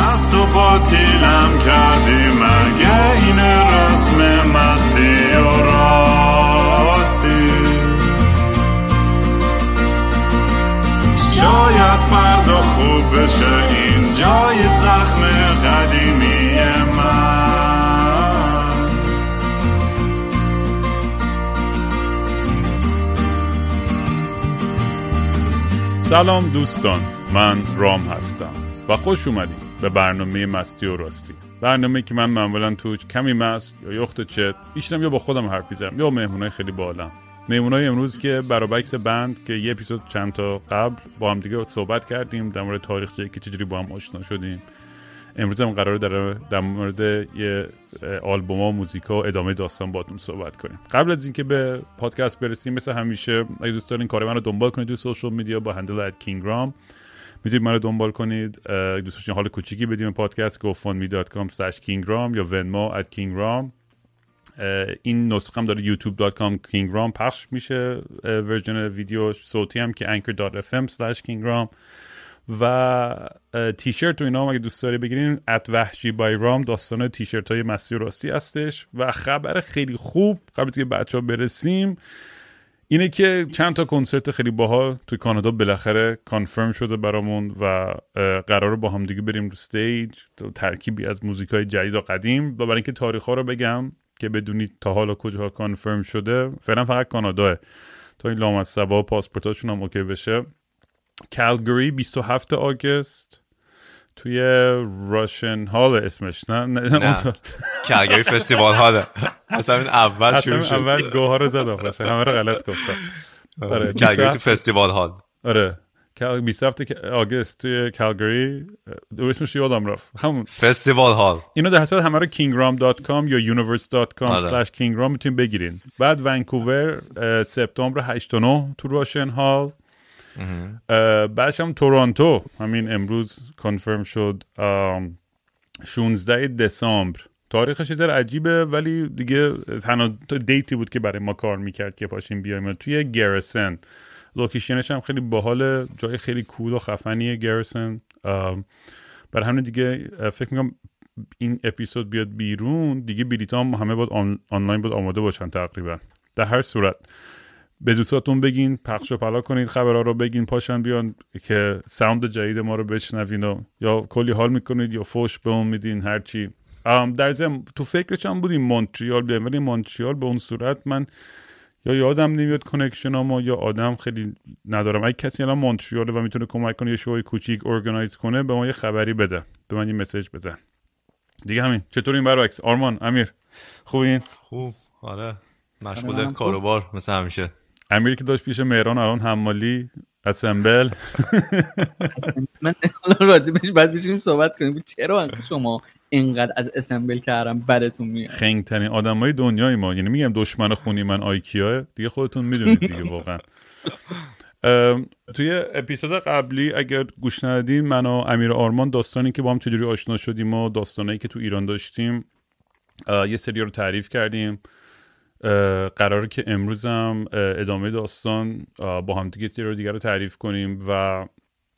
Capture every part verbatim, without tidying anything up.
مست و باطیلم کردی مگه این رسم مستی و راستی. شاید فردا خوب بشه این جای زخم قدیمی من. سلام دوستان، من رام هستم و خوش اومدید به برنامه مستی و راستی. برنامه‌ای که من معمولا توش کمی مست یا یخت چت بیشترم یا با خودم حرف میزنم یا مهمونای خیلی بالام. مهمونای امروز که برابکس بند که یه اپیزود چند تا قبل با هم دیگه صحبت کردیم در مورد تاریخچه که چجوری با هم آشنا شدیم. امروز هم قراره در در مورد یه آلبوم‌ها و موزیکا و ادامه داستان باهاتون صحبت کنیم. قبل از اینکه به پادکست برسیم مثل همیشه اگه دوست دارین کار منو دنبال کنید تو سوشال میدیا با هندل ات کینگرام میتونید منو دنبال کنید. اگه دوست داشتین حال کوچیکی بدیم پادکست گو فاند می دات کام اسلش کینگرام یا venmo ات کینگرام. این نسخه هم داره یوتیوب دات کام کینگرام پخش میشه ورژن ویدیو، صوتی هم که انکر دات اف ام اسلش کینگرام و تیشرت و اینا هم اگه دوست داری بگیرین ات وحشی بای رام داستان تیشرت های مستی و راستی هستش. و خبر خیلی خوب قبل از که بچه ها برسیم اینه که چند تا کنسرت خیلی باحال توی کانادا بالاخره کانفرم شده برامون و قراره با هم دیگه بریم رو استیج، ترکیبی از موزیکای جدید و قدیم. و برای اینکه تاریخ‌ها رو بگم که بدونید تا حالا کجاها کانفرم شده، فعلا فقط کاناداه تا این لامصبا پاسپورتاشون هم اوکی بشه. کالگری بیست و هفتم آگوست توی راشن هال اسمش نه نه, نه. کالگری فستیوال هاله اصلا این اول شروع شد. اول گوها رو زدم باشه همه رو غلط گفتم. آره کالگری تو فستیوال هال. آره بیست و هفتم آگوست توی کالگری اسمش یادم رفت همون فستیوال هال. اینو در حساب همه رو کینگرام دات کام یا یونیورس دات کام اسلش کینگرام میتونید بگیرین. بعد ونکوور سپتامبر هشت و نه تو راشن هال. بعدش هم تورنتو همین امروز کنفرم شد شانزده دسامبر. تاریخش یه ذره عجیبه ولی دیگه تنها دیتی بود که برای ما کار میکرد که پاشیم بیایم. توی گریسن لوکیشنش هم خیلی باحال، جای خیلی کول و خفنیه گریسن. برای همین دیگه فکر میکنم این اپیزود بیاد بیرون دیگه بلیطا هم همه باید آن، آنلاین باید آماده باشن تقریبا. در هر صورت به دوستاتون بگین پخش و پلا کنید، خبرها رو بگین پاشن بیان که ساوند جدید ما رو بشنوین و یا کلی حال میکنید یا فوش به اون میدین هرچی. در ضمن تو فکرش هم بودیم مونتریال بیایم ولی مونتریال به اون صورت من یا یادم نمیاد کانکشنامو یا آدم خیلی ندارم. اگه کسی الان مونتریاله و میتونه کمک کنه یه شوی کوچیک ارگانایز کنه به ما یه خبری بده، به من یه مسیج بزن دیگه. همین. چطور این برعکس آرمان امیر خوبین؟ خوب آره مشغول کاروبار مثل همیشه. امیر که داشت پیش مهران الان حمالی اسمبل من راجع بهش بعد بشیم صحبت کنیم چرا شما اینقدر از اسمبل کردم بدتون میاد. خنگ ترین آدمای دنیای ما، یعنی میگم دشمن خونی من آیکیا دیگه خودتون میدونید دیگه واقعا. توی اپیزود قبلی اگر گوش ندادین من و امیر آرمان داستانی که با هم چجوری آشنا شدیم و داستانایی که تو ایران داشتیم یه سری رو تعریف کردیم. قراره که امروز هم ادامه داستان با هم دیگه سری رو دیگر رو تعریف کنیم و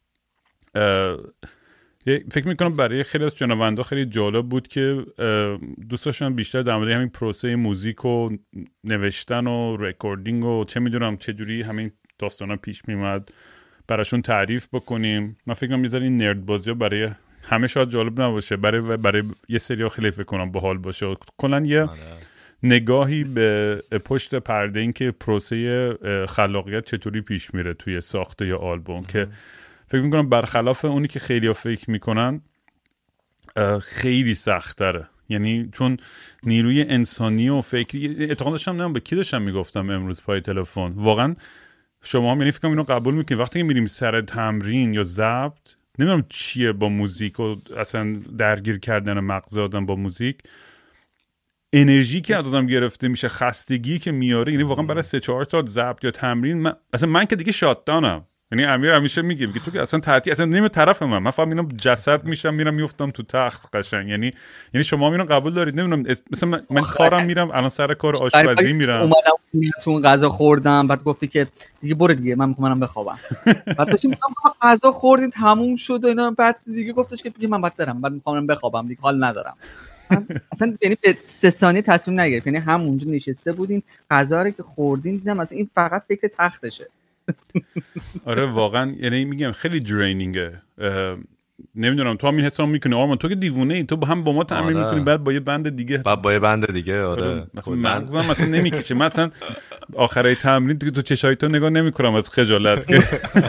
فکر میکنم برای خیلی از شنوندا خیلی جالب بود که دوست داشتن بیشتر در مورد همین پروسه موزیک و نوشتن و رکوردینگ و چه میدونم چجوری همین داستانا پیش میمد براشون تعریف بکنیم. من فکر کنم میذارم این نرد بازی برای همه شاید جالب نباشه، برای برای یه سری خیلی فکر کنم باحال باشه. کلا یه نگاهی به پشت پرده این که پروسه خلاقیت چطوری پیش میره توی ساخته یا آلبوم که فکر میکنم برخلاف اونی که خیلی ها فکر میکنن خیلی سخت‌تره. یعنی چون نیروی انسانی و فکری اعتقاد داشتم نمیم به کی داشتم میگفتم امروز پای تلفن واقعا شما هم یعنی فکر کنم اینو قبول میکنید وقتی که میریم سر تمرین یا ضبط نمیدونم چیه با موزیک و اصلا درگیر کردن مغز آدم با موزیک انرژی که از آدم گرفته میشه، خستگی که میاره، یعنی واقعا برای سه چهار ساعت ضبط یا تمرین من اصلا من که دیگه شات دانم یعنی امیر همیشه میگه که تو که اصلا تعطیل اصلا نیم طرف من من فهم اینم جسد میشم میرم میافتم تو تخت قشنگ. یعنی یعنی شما اینو قبول دارید؟ نمیدونم مثلا من, من کارم میرم الان سر کار آشپزی میرم اومدم تو غذا خوردم بعد گفتی که دیگه برو دیگه من میخوام منم بخوابم. بعد داشتم میگم غذا خوردیم تموم شد و اینا بعد دیگه گفتش که دیگه من بعد برم بعد میخوام بخوابم دیگه حال ندارم. اصلا یعنی به سه ثانیه تصمیم نگرفت. یعنی همونجا نشسته بودین غذا رو که خوردین دیدم اصلا این فقط فکر تختشه. آره واقعا یعنی میگم خیلی درینینگه. نمیدونم تو هم این حساب میکنی آرمان؟ تو که دیوونه ای، تو هم با ما تمرین آره. میکنی بعد با یه بند دیگه بعد با یه بند دیگه آره, آره. مثلا مغزم مثلا نمیکشه. مثلا آخرای تمرین دیگه تو چشای تو نگاه نمیکنم از خجالت که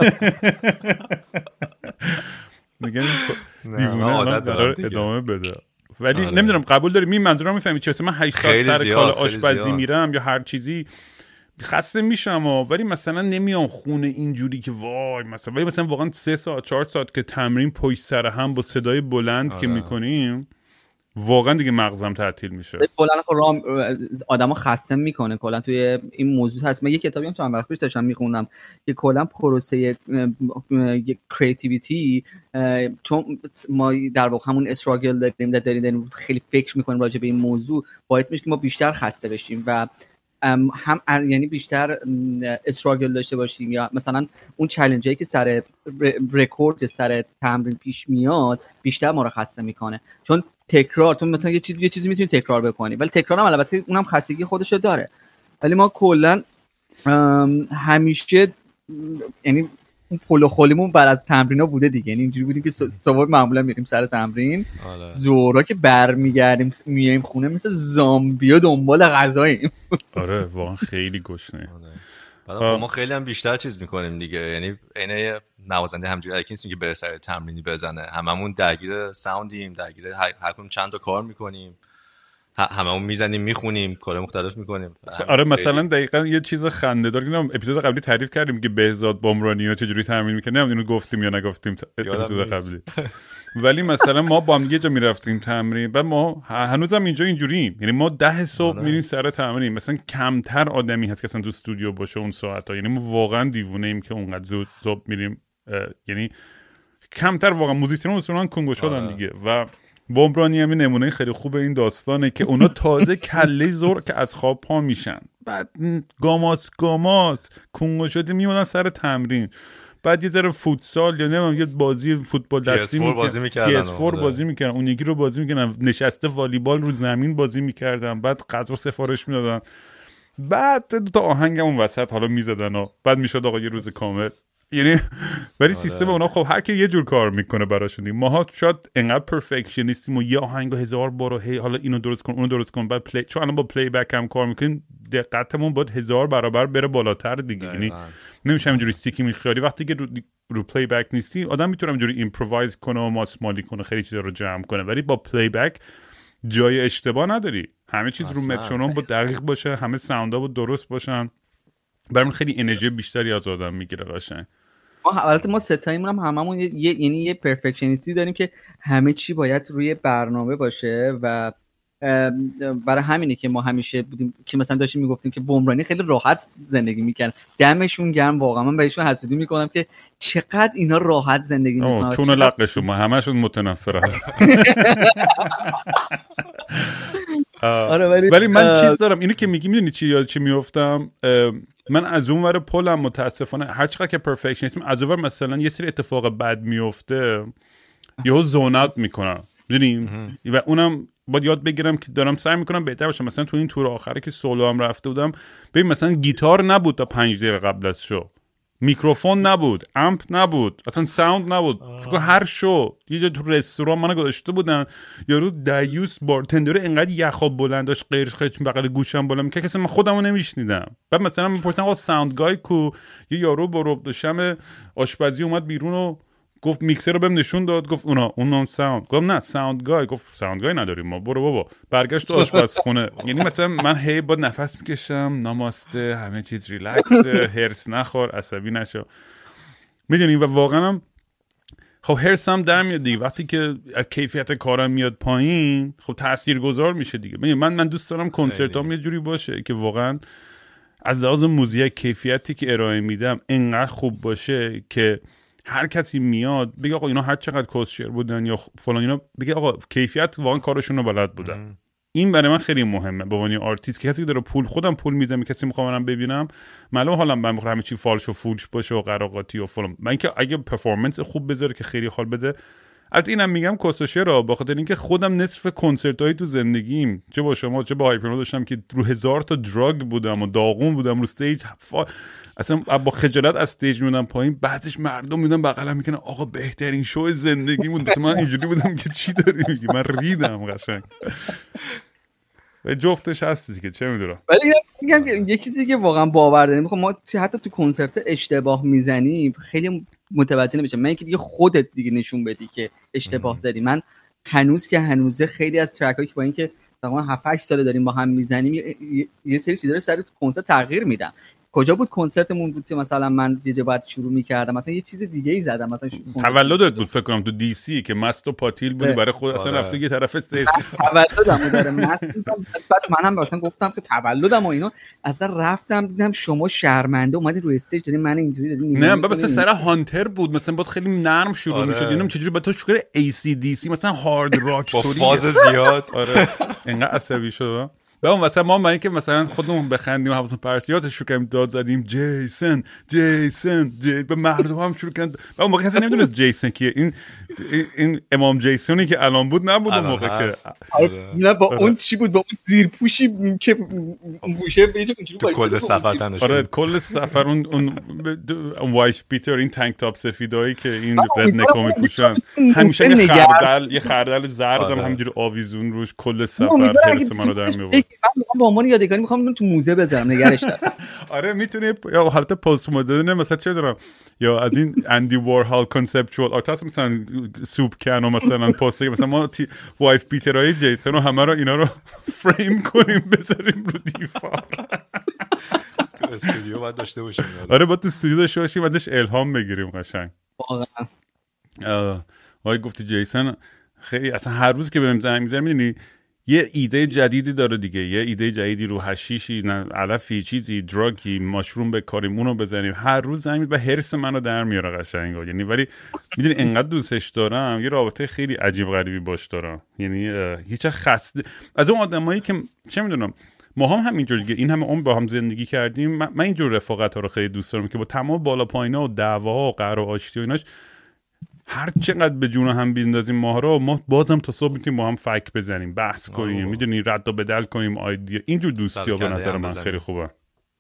میگن دیوونه الان قرار ادامه بده. ولی آره. نمیدونم قبول داری می منظورم میفهمی چی؟ مثلا من هشت ساعت سر کال آشپزی میرم یا هر چیزی خسته میشم و ولی مثلا نمیام خونه اینجوری که وای مثلا ولی مثلا واقعا سه ساعت چهار ساعت که تمرین پشت سر هم با صدای بلند آره. که میکنیم واقعا دیگه مغزم تعطیل میشه. بلند خب آدمو خسته میکنه کلا. توی این موضوع هست. من یه کتابی هم چند وقت پیش داشتم میخوندم که کلا پروسه کریتیویتی چون ما در واقع همون استراگل داریم در داریم خیلی فکر میکنیم راجع به این موضوع باعث میشه که ما بیشتر خسته بشیم و هم یعنی بیشتر استراگل داشته باشیم یا مثلا اون چالنجایی که سر رکورد سر تمرین پیش میاد بیشتر ما رو خسته میکنه. چون تکرار تو مثلا یه چیزی یه چیزی میتونی تکرار بکنی ولی تکرار هم البته اونم خستگی خودشو داره. ولی ما کلا همیشه یعنی اون پلو خولیمون بعد از تمرینا بوده دیگه. یعنی اینجوری بودیم که صبح معمولا میریم سر تمرین ظهرا که برمیگردیم میایم خونه مثل زامبیا دنبال غذاییم. آره واقعا خیلی گشنه. بعد ما خیلی هم بیشتر چیز میکنیم دیگه. یعنی عین نوازنده همجوری الکی نیستیم که بره سر تمرینی بزنه. هممون درگیر ساوندیم، درگیر هر کدوم چند تا کار میکنیم، هممون میزنیم میخونیم کار مختلف میکنیم. آره مثلا دقیقاً یه چیز خنده‌دار که اپیزود قبلی تعریف کردیم که بهزاد بامرانی‌ها چجوری تمرین میکنه. نمیدونم اینو گفتیم یا نگفتیم اپیزود قبلی. ولی مثلا ما با هم یه جا میرفتیم تمرین بعد ما هنوزم اینجا اینجوریم. یعنی ما ده صبح میریم سر تمرین. مثلا کمتر آدمی هست که اصلا تو استودیو باشه اون ساعتا. یعنی ما واقعا دیوونه ایم که اونقدر زود صبح میریم. یعنی کمتر واقعا موزیسیون اصلا کنگو شدن دیگه. و بامرانی هم نمونه خیلی خوب این داستانه که اونا تازه کله زور که از خواب پا میشن بعد گاماس گاماس کنگو شده میمونن سر تمرین بعد یه ذره فوتسال یا نمیدونم یه بازی فوتبال دستی میکردن پی اس فور بازی میکردن اون یکی رو بازی میکردن نشسته والیبال رو زمین بازی میکردن بعد غذا سفارش میدادن بعد دو تا آهنگ اون وسط حالا میزدن و بعد میشد آقا یه روز کامل. یعنی ولی سیستم اونا خب هر کی یه جور کار میکنه براشون دیگه. ماها شاید انقدر پرفکشنیستیم و یه آهنگو هزار بار هی حالا اینو درست کن اونو درست کن بعد پلی چون الان با پلی بک هم کار میکنیم دقتمون باید هزار برابر بره بالاتر دیگه. یعنی نمیشه همینجوری استیکی میخوری وقتی که رو, رو پلی بک نیستی آدم میتونه همینجوری ایمپرووایز کنه و ماسمالی کنه خیلی چیزا رو جمع کنه ولی با پلی بک جای اشتباه نداری. همه چیز رو مترونوم با دقیق باشه همه ساوندا با درست باشن. برام خیلی انرژی بیشتری از آدم میگیره قشنگ. ما البته ما ستایمون هم هممون یه یعنی یه پرفکشنیستی داریم که همه چی باید روی برنامه باشه و برای همینه که ما همیشه بودیم که مثلا داشتیم میگفتیم که بمرانی خیلی راحت زندگی میکنن. دمشون گرم واقعا. من بهشون حسودی میکنم که چقدر اینا راحت زندگی میکنن. چون لقشون ما همشون متنفرن. آره ولی, ولی من چیز دارم اینو که میگی میدونی چی یاد چی میافتم من از اون ور پلم متاسفانه هر چقدر که پرفکشنیسم از اون ور مثلا یه سری اتفاق بد میفته یهو زون اوت میکنم میدونی و اونم باید یاد بگیرم که دارم سعی میکنم بهتر باشم. مثلا تو این تور آخره که سولو هم رفته بودم ببین مثلا گیتار نبود تا پنج دقیقه قبل از شو میکروفون نبود امپ نبود اصلا ساوند نبود. فکر هر شو یه جا تو رستوران منو گذاشته بودن یارو دیوس بارتندر اینقدر یخا بلند داشت قیرش خیلی بغل گوشم بالا میکرد که اصلا من خودمو نمیشنیدم. بعد مثلا میپرسن آقا ساوند گای کو یه یارو با رب دشم آشپزی اومد بیرون و گفت میکسر رو بهم نشون داد گفت اونا اونم ساوند. گفتم نه ساوند گای. گفت ساوند گای نداریم ما برو بابا. برگشت تو آشپزخونه. یعنی مثلا من هی با نفس میکشم ناماسته همه چیز ریلکس هرس نخور عصبی نشو میدونی و واقعا هم خب هرس هم در میاد دیگه وقتی که کیفیت کارم میاد پایین خب تاثیرگذار میشه دیگه. من من دوست دارم کنسرتام یه جوری باشه که واقعا از لحاظ موزیک کیفیتی که ارائه میدم انقدر خوب باشه که هر کسی میاد بگه آقا اینا هر چقدر کوشر بودن یا فلان اینا، بگه آقا کیفیت واقعا کارشون رو بلد بودن. این برای من خیلی مهمه به عنوان آرتیست که کسی که داره پول خودم پول میدم کسی میخوام منم ببینم معلومه حالم من میخوام همه چی فالش و فولش باشه و قراقاتی و فلان. من اینکه اگه پرفورمنس خوب بذاره که خیلی حال بده. البته اینم میگم کوسوشه را به خاطر اینکه خودم نصف کنسرتایی تو زندگیم چه با شما چه با هایپرنو داشتم که رو هزار تا دراگ بودم و داغون بودم رو استیج فا... اصلا با خجالت از استیج میومدم پایین، بعدش مردم میدن بغلم میکنن آقا بهترین شو زندگی بود. من اینجوری بودم که چی داری میگی، من ریدم قشنگ. و جفتش هستی که چه میدونم. ولی میگم که یه چیزی که واقعا باور داریم، میخوام ما حتی تو کنسرت اشتباه میزنیم خیلی متوجه نمیشم. من اینکه دیگه خودت دیگه نشون بدی که اشتباه زدی. من هنوز که هنوزه خیلی از ترکایی که با اینکه تقریبا هفت هشت سال داریم با هم میزنیم یه, یه سری چیزا رو سر تو کنسرت تغییر میدم. کجا بود کنسرتمون بود که مثلا من یه جا بعد شروع می‌کردم مثلا یه چیز دیگه ای زدم، مثلا تولدت بود فکر کنم تو دی سی که مست و پاتیل بودی برای خود اصلا رفت یه طرف استیج تولدمو داره مست بودم. بعد منم مثلا گفتم که تولدم و اینا اصلا رفتم دیدم شما شرمنده اومدی رو استیج دارین من اینجوری دارین. نه بابا مثلا سر هانتر بود مثلا بود خیلی نرم شروع می‌شد. اینم چجوری با تو شکر ای سی دی سی مثلا هارد راک با فاز زیاد آره اینقدر عصبی شدم. به اون مثلا ما برای که مثلا خودمون بخندیم و حواسمون پرت یادش شو کنیم داد زدیم جیسن جیسن جی به مردم هم شروع کردن. و اون موقع کسی نمیدونست جیسن کیه. این این امام جیسونی که الان بود نبود اون موقع که نه با اون چی بود با اون زیرپوشی که گوشه به تو کل سفر تنش. آره کل سفر اون اون وایف پیتر این تانک تاپ سفیدایی که این رد نکو میپوشن همیشه یه خردل یه خردل زردم همینجوری آویزون روش کل سفر هرس منو در میآورد. من با عنوان یادگاری میخوام تو موزه بذارم نگرش دارم. آره میتونه یا حالت پست مدرن مثلا چه دارم یا از این اندی وارهال کانسپچوال آرت مثلا سوپ کن و مثلا پست مثلا ما وایف بیترای جیسن و همه رو اینا رو فریم کنیم بذاریم رو دیوار. تو استودیو باید داشته باشیم. آره با تو استودیو داشته باشیم ازش الهام بگیریم قشنگ. واقعا وای گفتی جیسن خیلی اصلا هر روز که بهم زنگ میزنه میدونی یه ایده جدیدی داره دیگه، یه ایده جدیدی رو حشیشی نه علفی چیزی دراگی ماشروم بکاریم اونو بزنیم هر روز زنگ میزنه و هرس منو در میاره قشنگا. یعنی ولی میدونی انقدر دوستش دارم یه رابطه خیلی عجیب غریبی باش دارم. یعنی هیچ خسته از اون آدمایی که چه میدونم ما هم همینجوری دیگه این همه عمر با هم زندگی کردیم. من, من اینجور رفاقت ها رو خیلی دوست دارم که با تمام بالا پایینا و دعواها و قهر و آشتی و ایناش هر چقدر به جون هم بیندازیم ما رو ما بازم تا صبح میتونیم با هم فک بزنیم بحث کنیم میدونی رد و بدل کنیم آیدیا. اینجور دوستی ها به نظر من خیلی خوبه.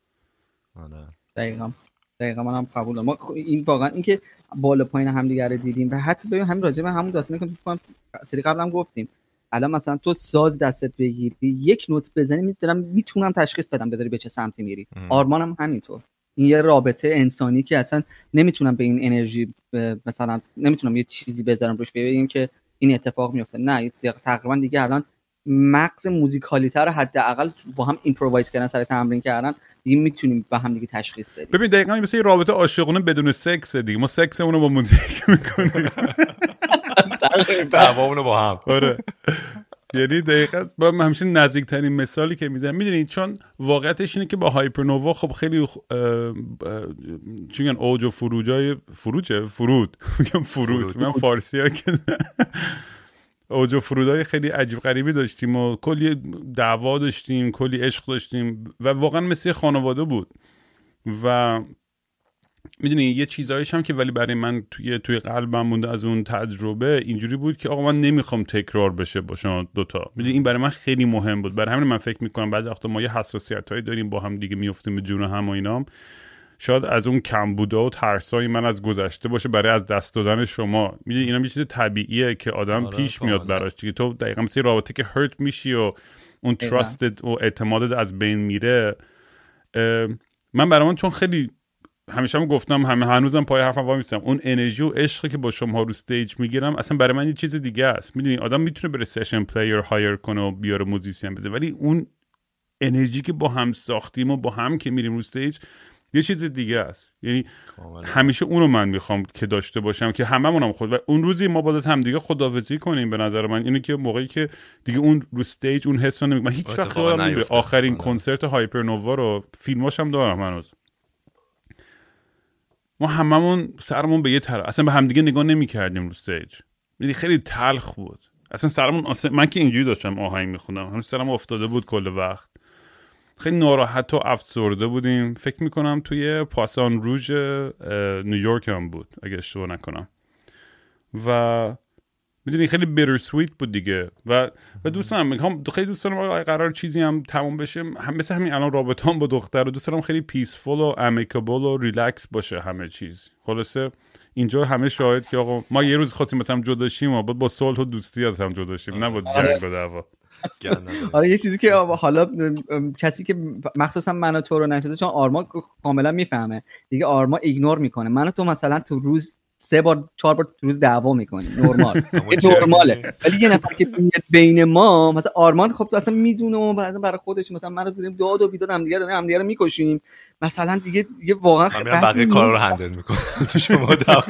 دقیقاً دقیقاً منم قبول دارم. ما این واقعا اینکه بالا پایین هم دیگه رو دیدیم و حتی ببین همین راجع به همون داستانی که فکر سری قبلم گفتیم الان مثلا تو ساز دستت بگیری یک نوت بزنی میتونم میتونم تشخیص بدم داری به چه سمتی میری. آرمانم همینطور. این یه رابطه انسانی که اصلا نمیتونم به این انرژی مثلا نمیتونم یه چیزی بذارم روش ببینیم که این اتفاق میفته. نه تقریبا دیگه الان مغز موزیکالیته رو حداقل با هم ایمپرووایز کردن سر تمرین کردن دیگه میتونیم با هم دیگه تشخیص بدیم. ببین دقیقاً مثل یه رابطه عاشقانه بدون سکس دیگه ما سکسمون رو با موزیک میکنیم دعوامون رو با هم. آره یعنی دقیقاً با همیشه نزدیکترین مثالی که میزنم میدونید چون واقعیتش اینه که با هایپرنووا خب خیلی چی میگن اوج و فروجای فروجه فرود میگم فرود من فارسی ها که اوج و فرودای خیلی عجیب غریبی داشتیم و کلی دعوا داشتیم کلی عشق داشتیم و واقعا مثل خانواده بود. و میدونی یه چیزایش هم که ولی برای من توی توی قلبم مونده از اون تجربه اینجوری بود که آقا من نمیخوام تکرار بشه با شما دوتا. میدونی این برای من خیلی مهم بود. برای همین من فکر میکنم بعضی وقتا ما یه حساسیتایی داریم با هم دیگه میافتیم به جون هم و اینام. شاید از اون کمبودا و ترسای من از گذشته باشه برای از دست دادن شما. میدونی اینا یه چیز طبیعیه که آدم آره پیش میاد براش دیگه. تو دقیقاً مثل رابطه که هرت میشی و اون تراستد و اعتمادت از بین میره. من برام چون خیلی همیشه هم گفتم همه هنوزم پای حرفم وای میستم اون انرژی و عشقی که با شما رو استیج میگیرم اصلا برای من یه چیز دیگه است. میدونی آدم میتونه بره سشن پلیر هایر کنه و بیاره موزیسین بزنه ولی اون انرژی که با هم ساختیم و با هم که میریم رو استیج یه چیز دیگه است. یعنی همیشه اونو من میخوام که داشته باشم که هممونم خود و اون روزی ما باید هم دیگه خداحافظی کنیم. به نظر من اینه که موقعی که دیگه اون رو استیج اون حسو نمی من هیچ وقت یادم نمیره آخرین کنسرت هایپرنووا رو فیلماش هم دارم هنوز. ما هممون سرمون به یه طرف اصلا به همدیگه نگاه نمی‌کردیم رو استیج. یعنی خیلی تلخ بود. اصلا سرمون اصلا من که اینجوری داشتم آهنگ می‌خوندم همون سرم افتاده بود کل وقت. خیلی ناراحت و افسرده بودیم. فکر می‌کنم توی پاسان روژ نیویورک هم بود اگه اشتباه نکنم. و میدونی خیلی بیتر سویت بود دیگه و و دوستم میگم خیلی دوست دارم قرار چیزی هم تموم بشه هم مثل همین الان رابطه‌ام با دختر رو دوست دارم خیلی پیسفول و امیکابل و ریلکس باشه همه چیز. خلاصه اینجا همه شاهد که آقا ما یه روز خواستیم مثلا جدا شیم و با صلح و دوستی از هم جدا شیم نه با جنگ و دعوا. آره یه چیزی که حالا کسی که مخصوصا من و تو رو نشده چون آرما کاملا میفهمه دیگه آرما ایگنور میکنه. من و تو مثلا تو روز سه بار چهار بار تو روز دعوا میکنیم نرمال نرماله ولی یه نفر که بین ما مثلا آرمان خب تو اصلا میدونه و بعدا برای خودش مثلا منو داریم داد و بیداد هم دیگه هم دیگه رو میکشیم مثلا دیگه دیگه واقعا بقیه کارا رو هندل میکنه تو شما دعوا.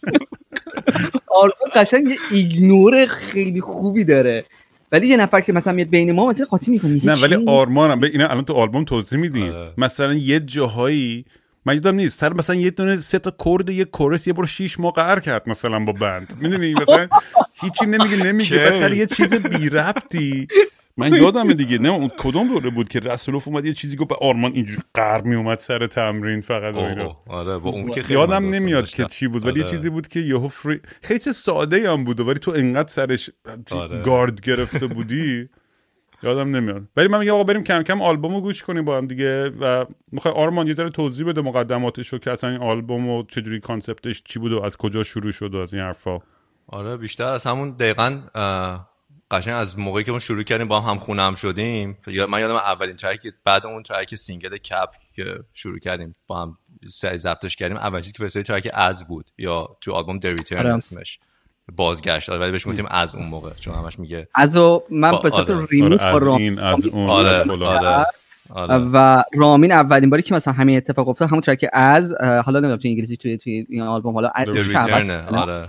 آرمان قشنگ یه ایگنور خیلی خوبی داره ولی یه نفر که مثلا میاد بین ما مثلا قاطی میکنه نه ولی آرمانم به اینا الان تو آلبوم توضیح میدیم مثلا یه جاهایی من یادم نیست سر مثلا یه دونه سه تا کورد یه کورس یه بار شش ماه قهر کرد مثلا با بند میدونی مثلا هیچی نمیگه نمیگه بعد یه چیز بی ربطی من یادمه دیگه نه اون کدوم دوره بود که رسولوف اومد یه چیزی گفت به آرمان اینجوری قهر می اومد سر تمرین فقط اینا. آره با اون که یادم نمیاد که چی بود ولی یه چیزی بود که یهو فری خیلی چیز ساده هم بود ولی تو انقدر سرش گارد گرفته بودی یادم نمیاد. ولی من میگم آقا بریم کم کم آلبومو گوش کنیم با هم دیگه و میخوای آرمان یه ذره توضیح بده مقدماتش رو که اصلا این آلبوم و چجوری کانسپتش چی بود و از کجا شروع شد و از این حرفا. آره بیشتر از همون دقیقاً قشنگ از موقعی که ما شروع کردیم با هم هم خونه هم شدیم. من یادم اولین ترک بعد اون ترک سینگل کپ که شروع کردیم با هم سری ضبطش کردیم اولین چیزی که فرستادی ترک از بود یا تو آلبوم د ریترن اسمش بازگشت. آره ولی بهش میگیم از اون موقع چون همش میگه ازو من به صورت ریموت با رامین از اون آره آره آره. و رامین اولین باری که مثلا همین اتفاق افتاد همون ترک از حالا نمیدونم تو انگلیسی توی توی این آلبوم حالا آره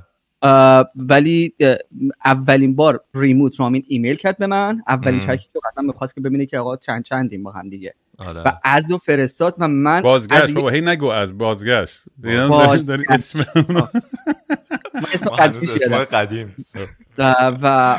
ولی اولین بار ریموت رامین ایمیل کرد به من اولین ترکی که اصلا می‌خواست که ببینه که آقا چند چندیم با هم دیگه آره. و ازو فرستاد و من بازگشت بابا هی نگو از بازگشت باز... داری اسم اونو اسم قدیم و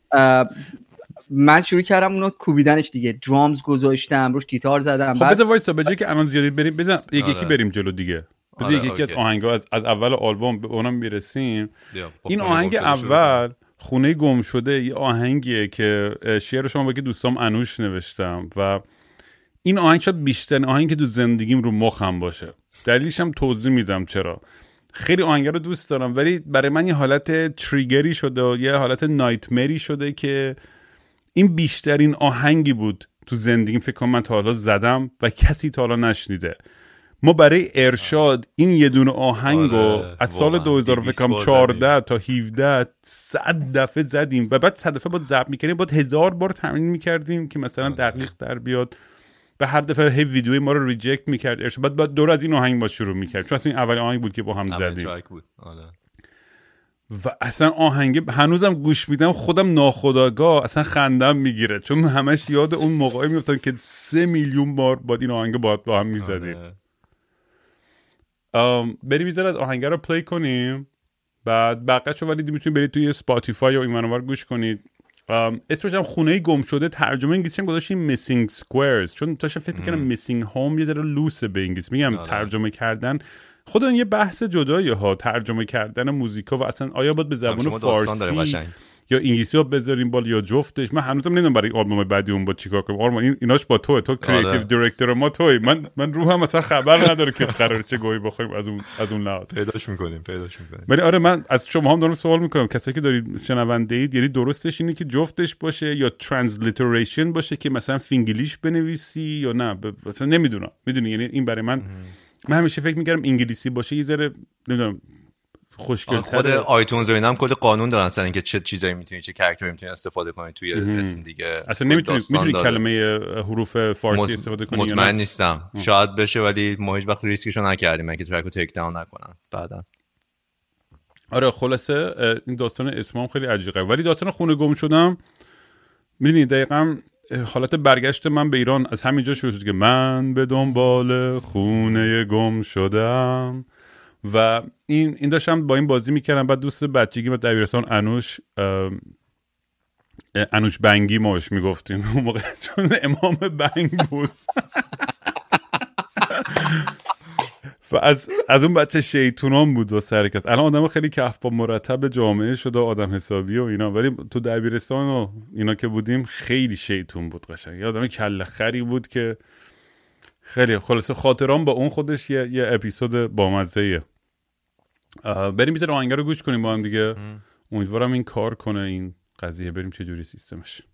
من شروع کردم اونو کوبیدنش دیگه درامز گذاشتم روش گیتار زدم. خب بذار وایسا به جای که الان زیادی بریم بزن یکی یکی بریم جلو دیگه بذار یکی یکی از آهنگا از, از اول آلبوم به اونم میرسیم. این آهنگ اول خونه گم شده یه آهنگیه که شعرش من با که دوستام انوش نوشتم و این آهنگ شاید بیشترین آهنگی که تو زندگیم رو مخم باشه. دلیلش هم توضیح میدم چرا. خیلی آهنگ رو دوست دارم ولی برای من یه حالت تریگری شده و یه حالت نایتمری شده که این بیشترین آهنگی بود تو زندگیم فکر کنم من تا حالا زدم و کسی تا حالا نشنیده. ما برای ارشاد این یه دونه آهنگو آره، از سال دو هزار و چهارده تا هفده صد دفعه زدیم و بعد صد دفعه باید ضبط می‌کردیم باید هزار بار تمرین می‌کردیم که مثلا دقیق در بیاد و هر دفعه هی ویدیوی ما رو ریجکت می‌کرد ارشاد بعد, بعد دور از این آهنگ با شروع می‌کرد چون اصلا این اول آهنگ بود که با هم زدیم و اصلا آهنگ هنوزم گوش میدم خودم ناخودآگاه اصلا خندم میگیره چون همش یاد اون موقعی میافتم که سه میلیون بار با این آهنگ باید با هم میزدیم. بریم میذاره از آهنگ رو پلی کنیم بعد بقیه‌شو ولی میتونید برید توی اسپاتیفای یا این منور گوش کنید. اسمش هم خونه گم شده ترجمه انگلیسی هم گذاشتیم Missing Squares چون تاش فکر میکنم Missing Home یه ذره لوسه به انگلیسی میگم آره. ترجمه کردن خود اون یه بحث جداییه ها ترجمه کردن موزیکا و اصلا آیا باید به زبان فارسی یا انگلیسی ها بذاریم بالا یا جفتش. من هنوزم نمیدونم برای آلبوم بعدی اون با چیکار کنم. آرمان این ایناش با توه تو کریتیو دایرکتور ما توی من من روحم مثلا خبر نداره که قراره چه گویی بخوریم از اون از اون لحاظ پیداش میکنیم پیداش میکنیم. ولی آره من از شما هم دارم سوال میکنم کسایی که دارید شنونده اید یعنی درستش اینه که جفتش باشه یا ترنسلیتریشن باشه که مثلا فینگلیش بنویسی یا نه ب... مثلا نمیدونم میدونی یعنی این برای من ام. من همیشه فکر میکردم انگلیسی باشه یه ذره نمیدونم خوشگل‌تره. خود آیتونز و اینا هم کلی قانون دارن سر اینکه چه چیزایی میتونی چه کاراکتری میتونی استفاده کنی توی اسم دیگه. اصلا نمیتونی میتونی کلمه حروف فارسی مط... استفاده کنی. مطمئن نیستم اه. شاید بشه ولی ما هیچ وقت ریسکشو نکردیم من که ترکو تیک داون نکنن بعداً. آره خلاصه این داستان اسمم خیلی عجیبه ولی داستان خونه گم شدم میدونی دقیقاً حالت برگشت من به ایران از همینجا شروع شد که من به دنبال خونه گم شدم و این این داشتم با این بازی میکردم. بعد دوست بچگی و دبیرستان انوش انوش بنگی ماش میگفتیم اون موقع چون امام بنگ بود و از از اون بچه شیطونان بود و سرکس. الان آدم خیلی کف با مرتب جامعه شده آدم حسابی و اینا ولی تو دبیرستان و اینا که بودیم خیلی شیطون بود قشنگ. یه آدم کله خری بود که خیلی خلاصه خاطرام با اون خودش یه, یه اپیزود بامزه‌ایه. بریم بیزر آهنگه رو گوش کنیم با هم دیگه. امیدوارم این کار کنه این قضیه. بریم چه جوری سیستمش.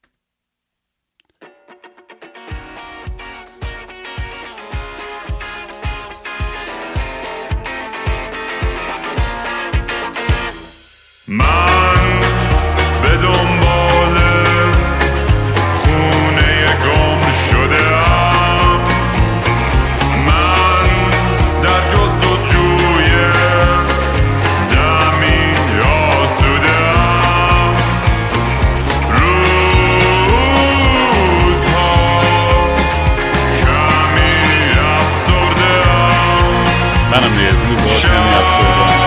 من به دنبال خونه گم شده‌ام من در جستجوی دمی آسوده‌ام روزها کمی افسرده‌ام منم دیگه روزها کمی افسرده‌ام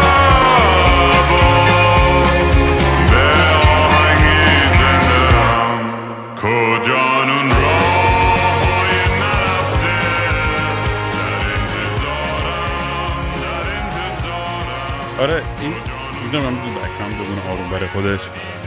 آره این میدونم من تو بک‌گراند بدون آروم برای خودش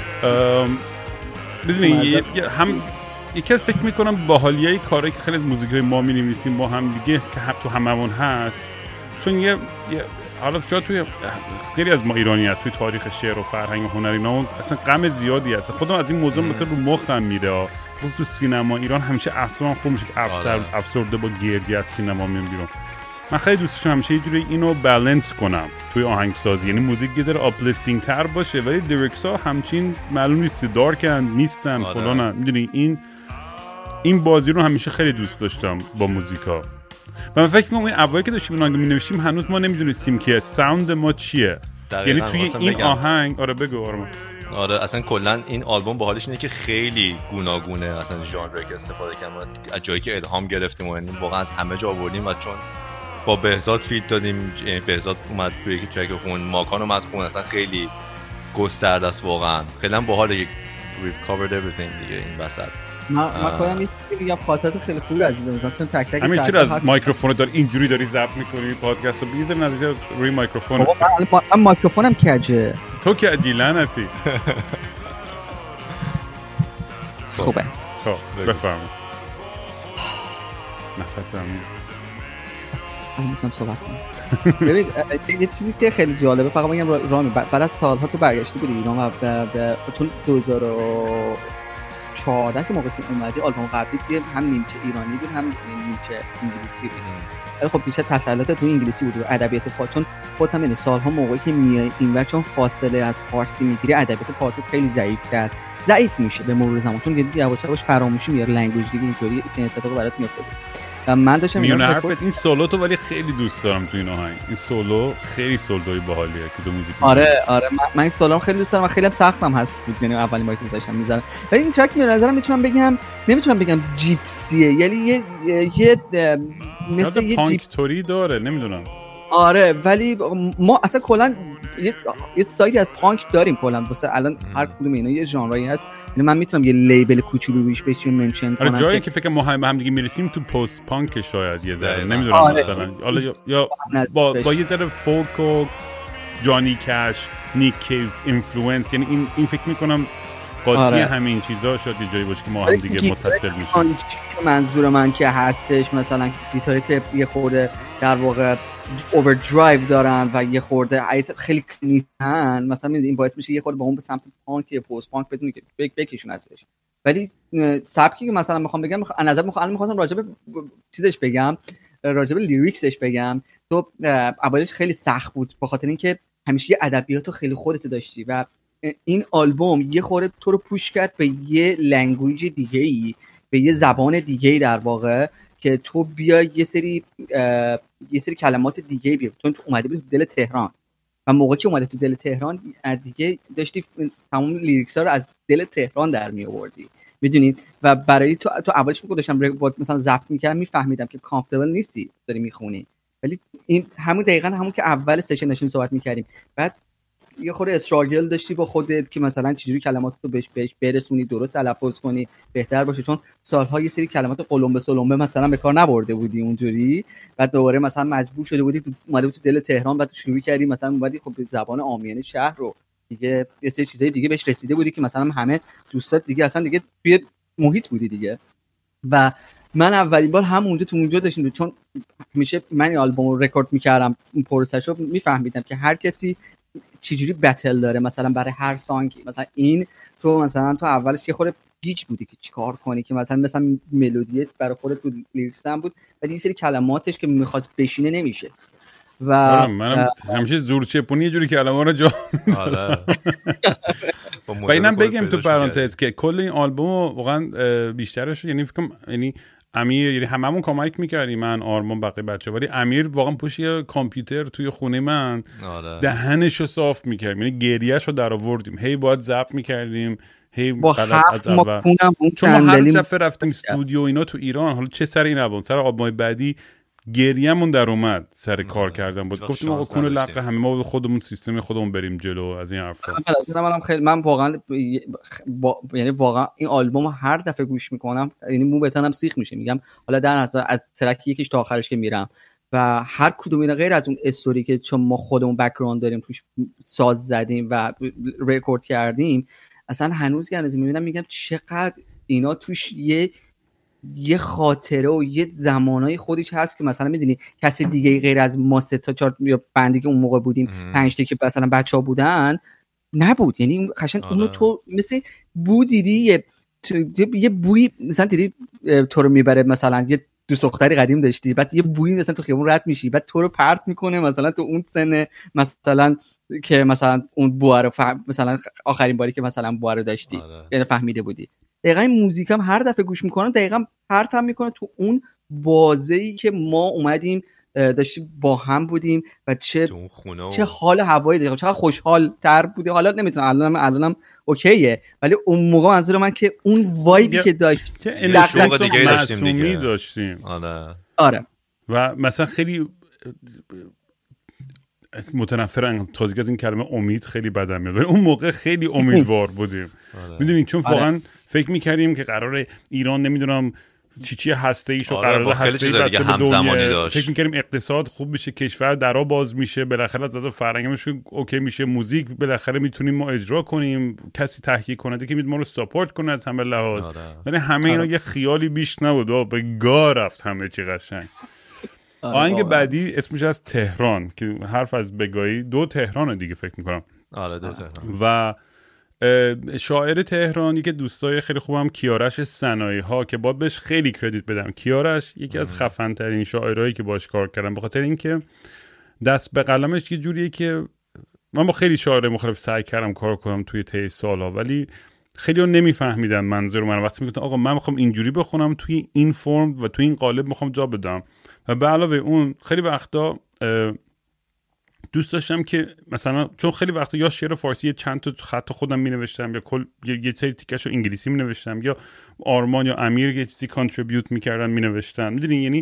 میدونی هم یکی از فکر میکنم باحالیای کاری که خیلی از موزیکای ما می‌نویسیم با هم دیگه که تو هممون هست چون یه حالا شاید توی خیلی از ما ایرانی هست توی تاریخ شعر و فرهنگ و هنر اینا اصلا غم زیادی هست. خودم از این موضوع مثلا رو مخم میره خصوصا تو سینما ایران همیشه اعصابم خوب میشه که افسر افسرده با گردی از سینما میام بیرون. من خیلی دوست داشتم همیشه یه جوری اینو بالانس کنم توی آهنگسازی یعنی موزیک یه ذره آپلیفتینگ تر باشه ولی لیریکس ها همچین معلوم نیست دارکن نیستن فلانن. میدونی این این بازی رو همیشه خیلی دوست داشتم با موزیکا. من فکر می‌کنم این اوایل که داشتیم آهنگ می‌نوشتیم هنوز ما نمی‌دونستیم که ساوند ما چیه. یعنی توی این بگم. آهنگ آره بگو آرمان. آره اصلا کلا این آلبوم باحالش اینه که خیلی گوناگونه اصلا ژانری که استفاده کردیم از جایی که الهام گرفتیم و یعنی واقعا از همه جا آوردیم و چون با بهزاد فیت دادیم بهزاد اومد توی یکی ترک خون ماکان اومد خون اصلا خیلی گسترده است واقعا خیلی هم باحاله. we've covered everything دیگه این وسط. ما ما خودم یه چیزی میگم خاطرات خیلی خوبی از دیدم مثلا چون تک تک همین چرا از مایکروفون داری اینجوری داری ضبط می‌کنی پادکستو بیزر نذاری روی میکروفون. من من میکروفونم کجه تو که لعنتی. خوبه خب بفرمایید. نفسم می‌خوام صحبت کنم. ببین یه چیزی که خیلی جالبه فقط میگم رامی بعد از سال‌ها تو برگشتی بودی ایران و چون دو هزار و چهارده که موقعی که اومدی آلبوم قبلی توی هم نیمچه ایرانی بود هم نیمچه انگلیسی بود. ولی خب بیشتر تسلط تو انگلیسی بود و ادبیات فارسی چون خودت هم این سال‌ها موقعی که میای اینور چون فاصله از فارسی میگیری ادبیات فارسی خیلی ضعیف‌تر ضعیف میشه به مرور زمان چون دیگه یواش یواش فراموشی میاره لنگویج دیگه اینطوری این اتفاق برات میفته. من داشتم میونه حرفت این سولو تو ولی خیلی دوست دارم تو این آهنگ. این سولو خیلی سولوی باحالیه که تو موزیک. آره آره من, من این سولو خیلی دوست دارم و خیلی هم سختم هست بود یعنی اولین باری که داشتم میزنم ولی این ترک به نظرم میتونم بگم نمیتونم بگم جیپسیه یعنی یه یه مثل یه پانک توری داره نمیدونم. آره ولی ما اصلا کلا یه یه سایتی از پانک داریم کلا واسه الان هر کدوم اینا یه ژانری هست یعنی من میتونم یه لیبل کوچولو روش بهش منشن کنم. آره جایی که فکر ما هم دیگه میرسیم تو پست پانک شاید یه ذره نمیدونم آره. مثلا حالا یا, یا با با یه ذره فولک و جانی کش نیک کیو اینفلوئنس یعنی این این فکر میکنم قاطی آره. همین چیزا شاید یه جایی باشه که ما هم دیگه متصل میشیم. منظور من که هستش مثلا گیتاری که یه خورده در واقع اووردرایو دارن و یه خورده خیلی نیستن مثلا این باعث میشه یه خورده با اون به سمت پانک پست پانک بدون که بک بکشون ازش. ولی سبکی که مثلا میخوام بگم از نظر میخوام الان میخواستم راجع به چیزش بگم راجع به لیریکسش بگم، تو اولش خیلی سخت بود به خاطر اینکه همیشه یه ادبیاتو خیلی خودت داشتی و این آلبوم یه خورده تو رو پوش کرد به یه لنگویج دیگه‌ای، به یه زبان دیگه‌ای در واقع، که تو بیا یه سری یه سری کلمات دیگه‌ای بیا. تو اومده بودی تو دل تهران و موقعی که اومده تو دل تهران دیگه داشتی تمام لیریکس‌ها رو از دل تهران در می آوردی، میدونی. و برای تو تو اولش میگم داشتم مثلا ضبط میکردم میفهمیدم که کامفتبل نیستی داری میخونی، ولی این همون دقیقاً همون که اول سشن داشتیم صحبت میکردیم، بعد یه خورده استراگل داشتی با خودت که مثلا چجوری کلماتو بهش بهش برسونی، درست تلفظ کنی، بهتر باشه، چون سالها یه سری کلمات قلمبه سلمبه مثلا به کار نبرده بودی اونجوری. بعد دوباره مثلا مجبور شده بودی تو اومده بودی تو دل تهران، بعد شروع کردی مثلا اومدی خب زبان عامیانه شهر رو دیگه یه سری چیزای دیگه بهش رسیده بودی که مثلا همه دوستات دیگه اصلا دیگه توی محیط بودی دیگه. و من اولین بار هم اونجا تو اونجا داشتم، چون میشه من این آلبوم رو رکورد میکردم، اون پروسش رو میفهمیدم که هر کسی چجوری بتل داره مثلا برای هر سانگی. مثلا این تو مثلا تو اولش یه خورده گیج بودی که چیکار کنی، که مثلا مثلا ملودی برای خودت تو لیریکس هم بود و یه سری کلماتش که می‌خواست بشینه نمیشست و منم همیشه زور چپونی یه جوری کلمات رو جا آره. و اینم بگم تو پرانتز که کل این آلبوم واقعا بیشترش یعنی فکر کنم یعنی امیر یعنی هممون کمک می‌کردیم، من آرمان بقیه بچه‌ها، ولی امیر واقعا پشت یه کامپیوتر توی خونه من آره. دهنشو صاف می‌کردیم، یعنی گریه‌شو درآوردیم، هی باید ضبط می‌کردیم، هی با هفت ما پونم اون چون ما هر دفعه رفتیم استودیو اینا تو ایران، حالا چه سر این آلبوم سر آلبوم بعدی گریه‌مون در اومد سر کار کردن بود، گفتیم آقا کون لقه همه ما خودمون سیستم خودمون بریم جلو از این حرفا. من منم خیلی من واقعا با... یعنی واقعا این آلبوم هر دفعه گوش میکنم یعنی مو بتنم سیخ میشه، میگم حالا در نظر از ترک یکیش تا آخرش که میرم و هر کدوم اینا غیر از اون استوری که چون ما خودمون بک‌گراند داریم توش ساز زدیم و رکورد کردیم، اصلا هنوز که هنوز میبینم میگم چقدر اینا توش یه یه خاطره و یه زمانای خودش هست که مثلا میدونی کسی دیگه غیر از ما سه تا چهار یا بندی که اون موقع بودیم پنج تا که مثلا بچه‌ها بودن نبود. یعنی قشنگ اونو تو مثل بو دیدی یه یه بوی مثلا دیدی تو رو میبره، مثلا یه دوست دختری قدیم داشتی بعد یه بوی مثلا تو خیابون رد میشی بعد تو رو پرت میکنه مثلا تو اون سن مثلا که مثلا اون بوها رو فهم... مثلا آخرین باری که مثلا بوها رو داشتی یعنی فهمیده بودی. دقیقاً این موزیک هم هر دفعه گوش میکنم دقیقاً پرتم میکنه تو اون بازه‌ای که ما اومدیم داشتیم با هم بودیم و چه و... چه حال هوایی داشتیم، چقدر خوشحال تر بودیم. حالا نمیتونم الانم الانم اوکیه، ولی اون موقع منظور من که اون وایبی که داشت که شوق دیگه داشتیم دیگه داشتیم. آره آره و مثلا خیلی متنفرم تازگی از این کلمه امید خیلی بدم میاد، اون موقع خیلی امیدوار بودیم. میدونین چون واقعا آره. فکر میکردیم که قراره ایران نمیدونم چی چی هسته ایشو آره قراره هسته ای بسته به دنیا، فکر میکردیم اقتصاد خوب بشه، کشور درا باز میشه، بالاخره از نظر فرهنگیش اوکی میشه، موزیک بالاخره میتونیم ما اجرا کنیم، کسی تحقیق کننده که میتونه ما رو ساپورت کنه از همه لحاظ. ولی آره. همه اینا آره. یه خیالی بیش نبود و به گا رفت همه چی قشنگ. آهنگ بعدی اسمش از تهران که حرف از بگایی دو تهرانه دیگه فکر میکنم. آره دو تهران. و شاعر تهران یکی دوستای خیلی خوبم کیارش سنایی ها که باید بهش خیلی کردیت بدم. کیارش یکی از خفن ترین شاعرایی که باش کار کردم، به خاطر اینکه دست به قلمش یه جوریه که من با خیلی شاعر مختلف سعی کردم کار کنم توی طی سالها، ولی خیلی ها نمیفهمیدن منظور من. وقتی میگفتن آقا من میخوام اینجوری بخونم توی این فرم و توی این قالب میخوام جا بدم، و به علاوه اون خیلی وقتا دوست داشتم که مثلا چون خیلی وقتا یا شعر فارسی چند تا خط خودم می نوشتم یا کل یه سری تیکشو انگلیسی می نوشتم یا آرمان یا امیر یه چیزی کانتریبیوت میکردن می نوشتم. میدونین یعنی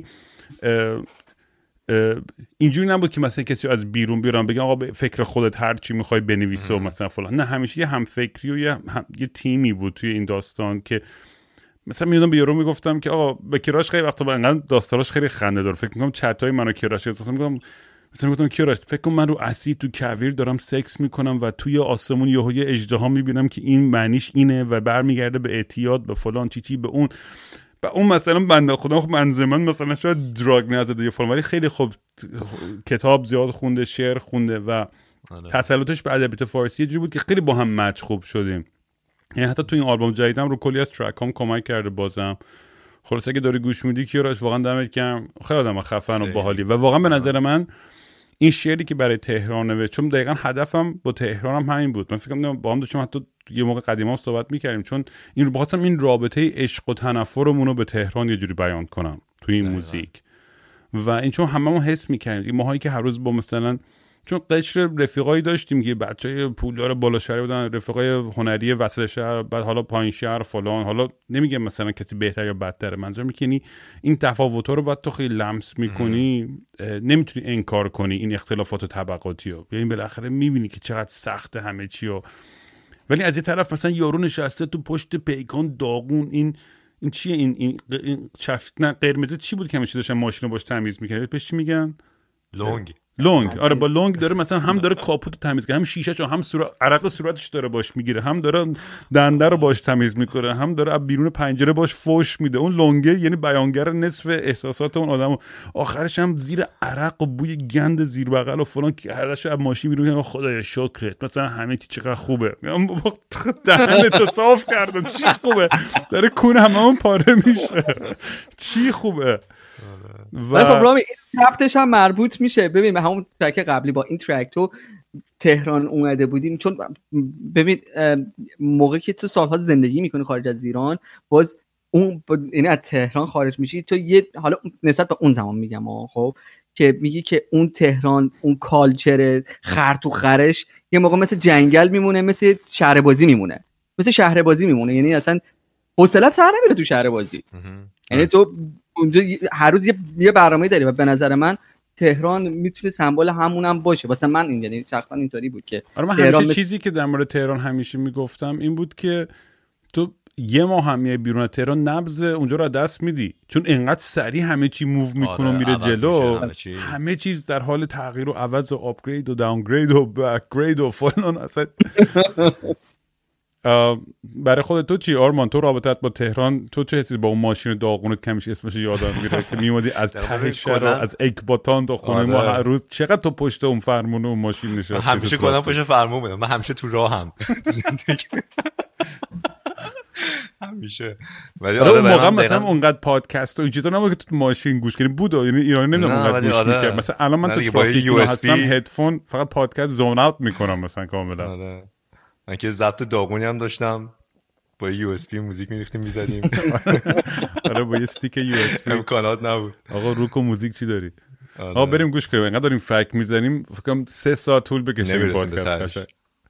اینجوری نبود که مثلا کسی از بیرون بیارم بگم آقا به فکر خودت هر چی میخوای بنویس و مثلا فلان، نه همیشه یه همفکری و یه, هم... یه تیمی بود توی این داستان که مثلا میادم به یارو میگفتم که آقا به کیارش خیلی وقتا با انقدر داستانش خیلی خنده داره، فکر میکنم چتای منو کیارش مثلا میگم مثلا میگفتم کیارش فکر کنم من رو اسید تو کویر دارم سکس میکنم و توی آسمون یهو یه اژدها میبینم که این معنیش اینه و برمیگرده به اعتیاد به فلان چی چی به اون و اون مثلا بنده خدا خب من زمان مثلا شاید دراگ نزده یه فرم، ولی خیلی خوب کتاب زیاد خونده، شعر خونده و تسلطش به ادبیات فارسی یه جوری بود که خیلی با هم مچ خوب شدیم. یعنی حتی تو این آلبوم جدیدم رو کلی از ترک هم کمک کرده بازم. خلاص اگه داری گوش میدی کیارش واقعا دمت گرم، خیلی آدم خفن و باحالی و واقعا به نظر من این شعری که برای تهران نوشت، چون دقیقاً هدفم با تهران هم همین بود. من فکر کنم با هم داشتیم حتی یه موقع قدیما صحبت می‌کردیم، چون این رو بخواستم این رابطه عشق و تنفرمون رو به تهران یه جوری بیان کنم توی این موزیک. و این چون هممون حس می‌کردیم ماهایی که هر روز با مثلا چون قشر رفیقایی داشتیم که بچهای پولدار بالا شهر بودن، رفیقای هنری وسط شهر، بعد حالا پایین شهر فلان، حالا نمیگم مثلا کسی بهتر یا بدتره، منظورم اینه که این تفاوت‌ها رو باید تو خیلی لمس می‌کنی، نمیتونی انکار کنی این اختلافات طبقاتی رو، یعنی بالاخره می‌بینی که چقدر سخته همه چی رو. ولی از یه طرف مثلا یارو نشسته تو پشت پیکان داغون، این این چیه این این, این چفت نه قرمز چی بود که همه چی داشتن ماشین رو باش تمیز می‌کردن، بهش میگن لونگ لونگ. آره با لونگ داره مثلا هم داره کاپوت رو تمیز کنه، هم شیشه‌شو، هم صورت عرق صورتش داره باش میگیره، هم داره دنده رو باش تمیز میکنه، هم داره از بیرون پنجره باش فوش میده. اون لونگه یعنی بیانگر نصف احساسات اون آدمو. آخرش هم زیر عرق و بوی گند زیر بغل و فلان که هرش از ماشین بیرون میاد، خدایا شکرت مثلا همه چی چقدر خوبه، دهنتو صاف کردن چی خوبه، داره کون هممون پاره میشه چی خوبه. و خب رامی این هفتهش هم مربوط میشه، ببین به همون ترک قبلی با این ترک تو تهران اومده بودیم، چون ببین موقعی که تو سالها زندگی میکنی خارج از ایران، باز اون یعنی از تهران خارج میشی تو یه حالا نسبت به اون زمان میگم خب که میگی که اون تهران اون کالچر خر تو خرش یه موقع مثل جنگل میمونه، مثل شهر بازی میمونه، مثل شهر بازی میمونه، یعنی اصلا حوصله‌ات سر نمیره تو شهر بازی. یعنی تو اونجا هر روز یه برنامه‌ای داری و به نظر من تهران میتونه سمبل همونم باشه. واسه من این یعنی شخصا اینطوری بود که آره من همیشه مثل... چیزی که در مورد تهران همیشه میگفتم این بود که تو یه ماه هم میای بیرون از تهران نبض اونجا رو دست میدی، چون انقدر سریع همه چی موو میکنه و میره جلو، همه, چی. همه چیز در حال تغییر و عوض و آپگرید و داونگرید و بکگرید و فلان. اصلا برای خودت تو چی آرمان؟ تو رابطت با تهران تو چه حسی با اون ماشین داغونت کمیش اسمش یادم میره که میومدی از ته شهر از اکباتان تا خونه ما هر روز، چقدر تو پشت اون فرمون و اون ماشین نشستی؟ همیشه کلا پشت فرمون بودم، من همیشه تو راهم همیشه. ولی آره اون موقع مثلا اونقدر پادکست و این چیزا نبود که تو ماشین گوش کنی بود، یعنی ایرانی نمیدونم اونقدر گوش میکرد. مثلا الان من تو ترافیک هستم هدفون فقط پادکست زون اوت میکنم مثلا کاملا. من که ضبط داغونی هم داشتم با یو اس بی موزیک میریختیم میزدیم. آره با یه استیک یو اس بی امکانات نبود. آقا روک و موزیک چی داری؟ آقا بریم گوش کنیم، انقدر داریم فک میزنیم فکر کنم سه ساعت طول بکشه این پادکست.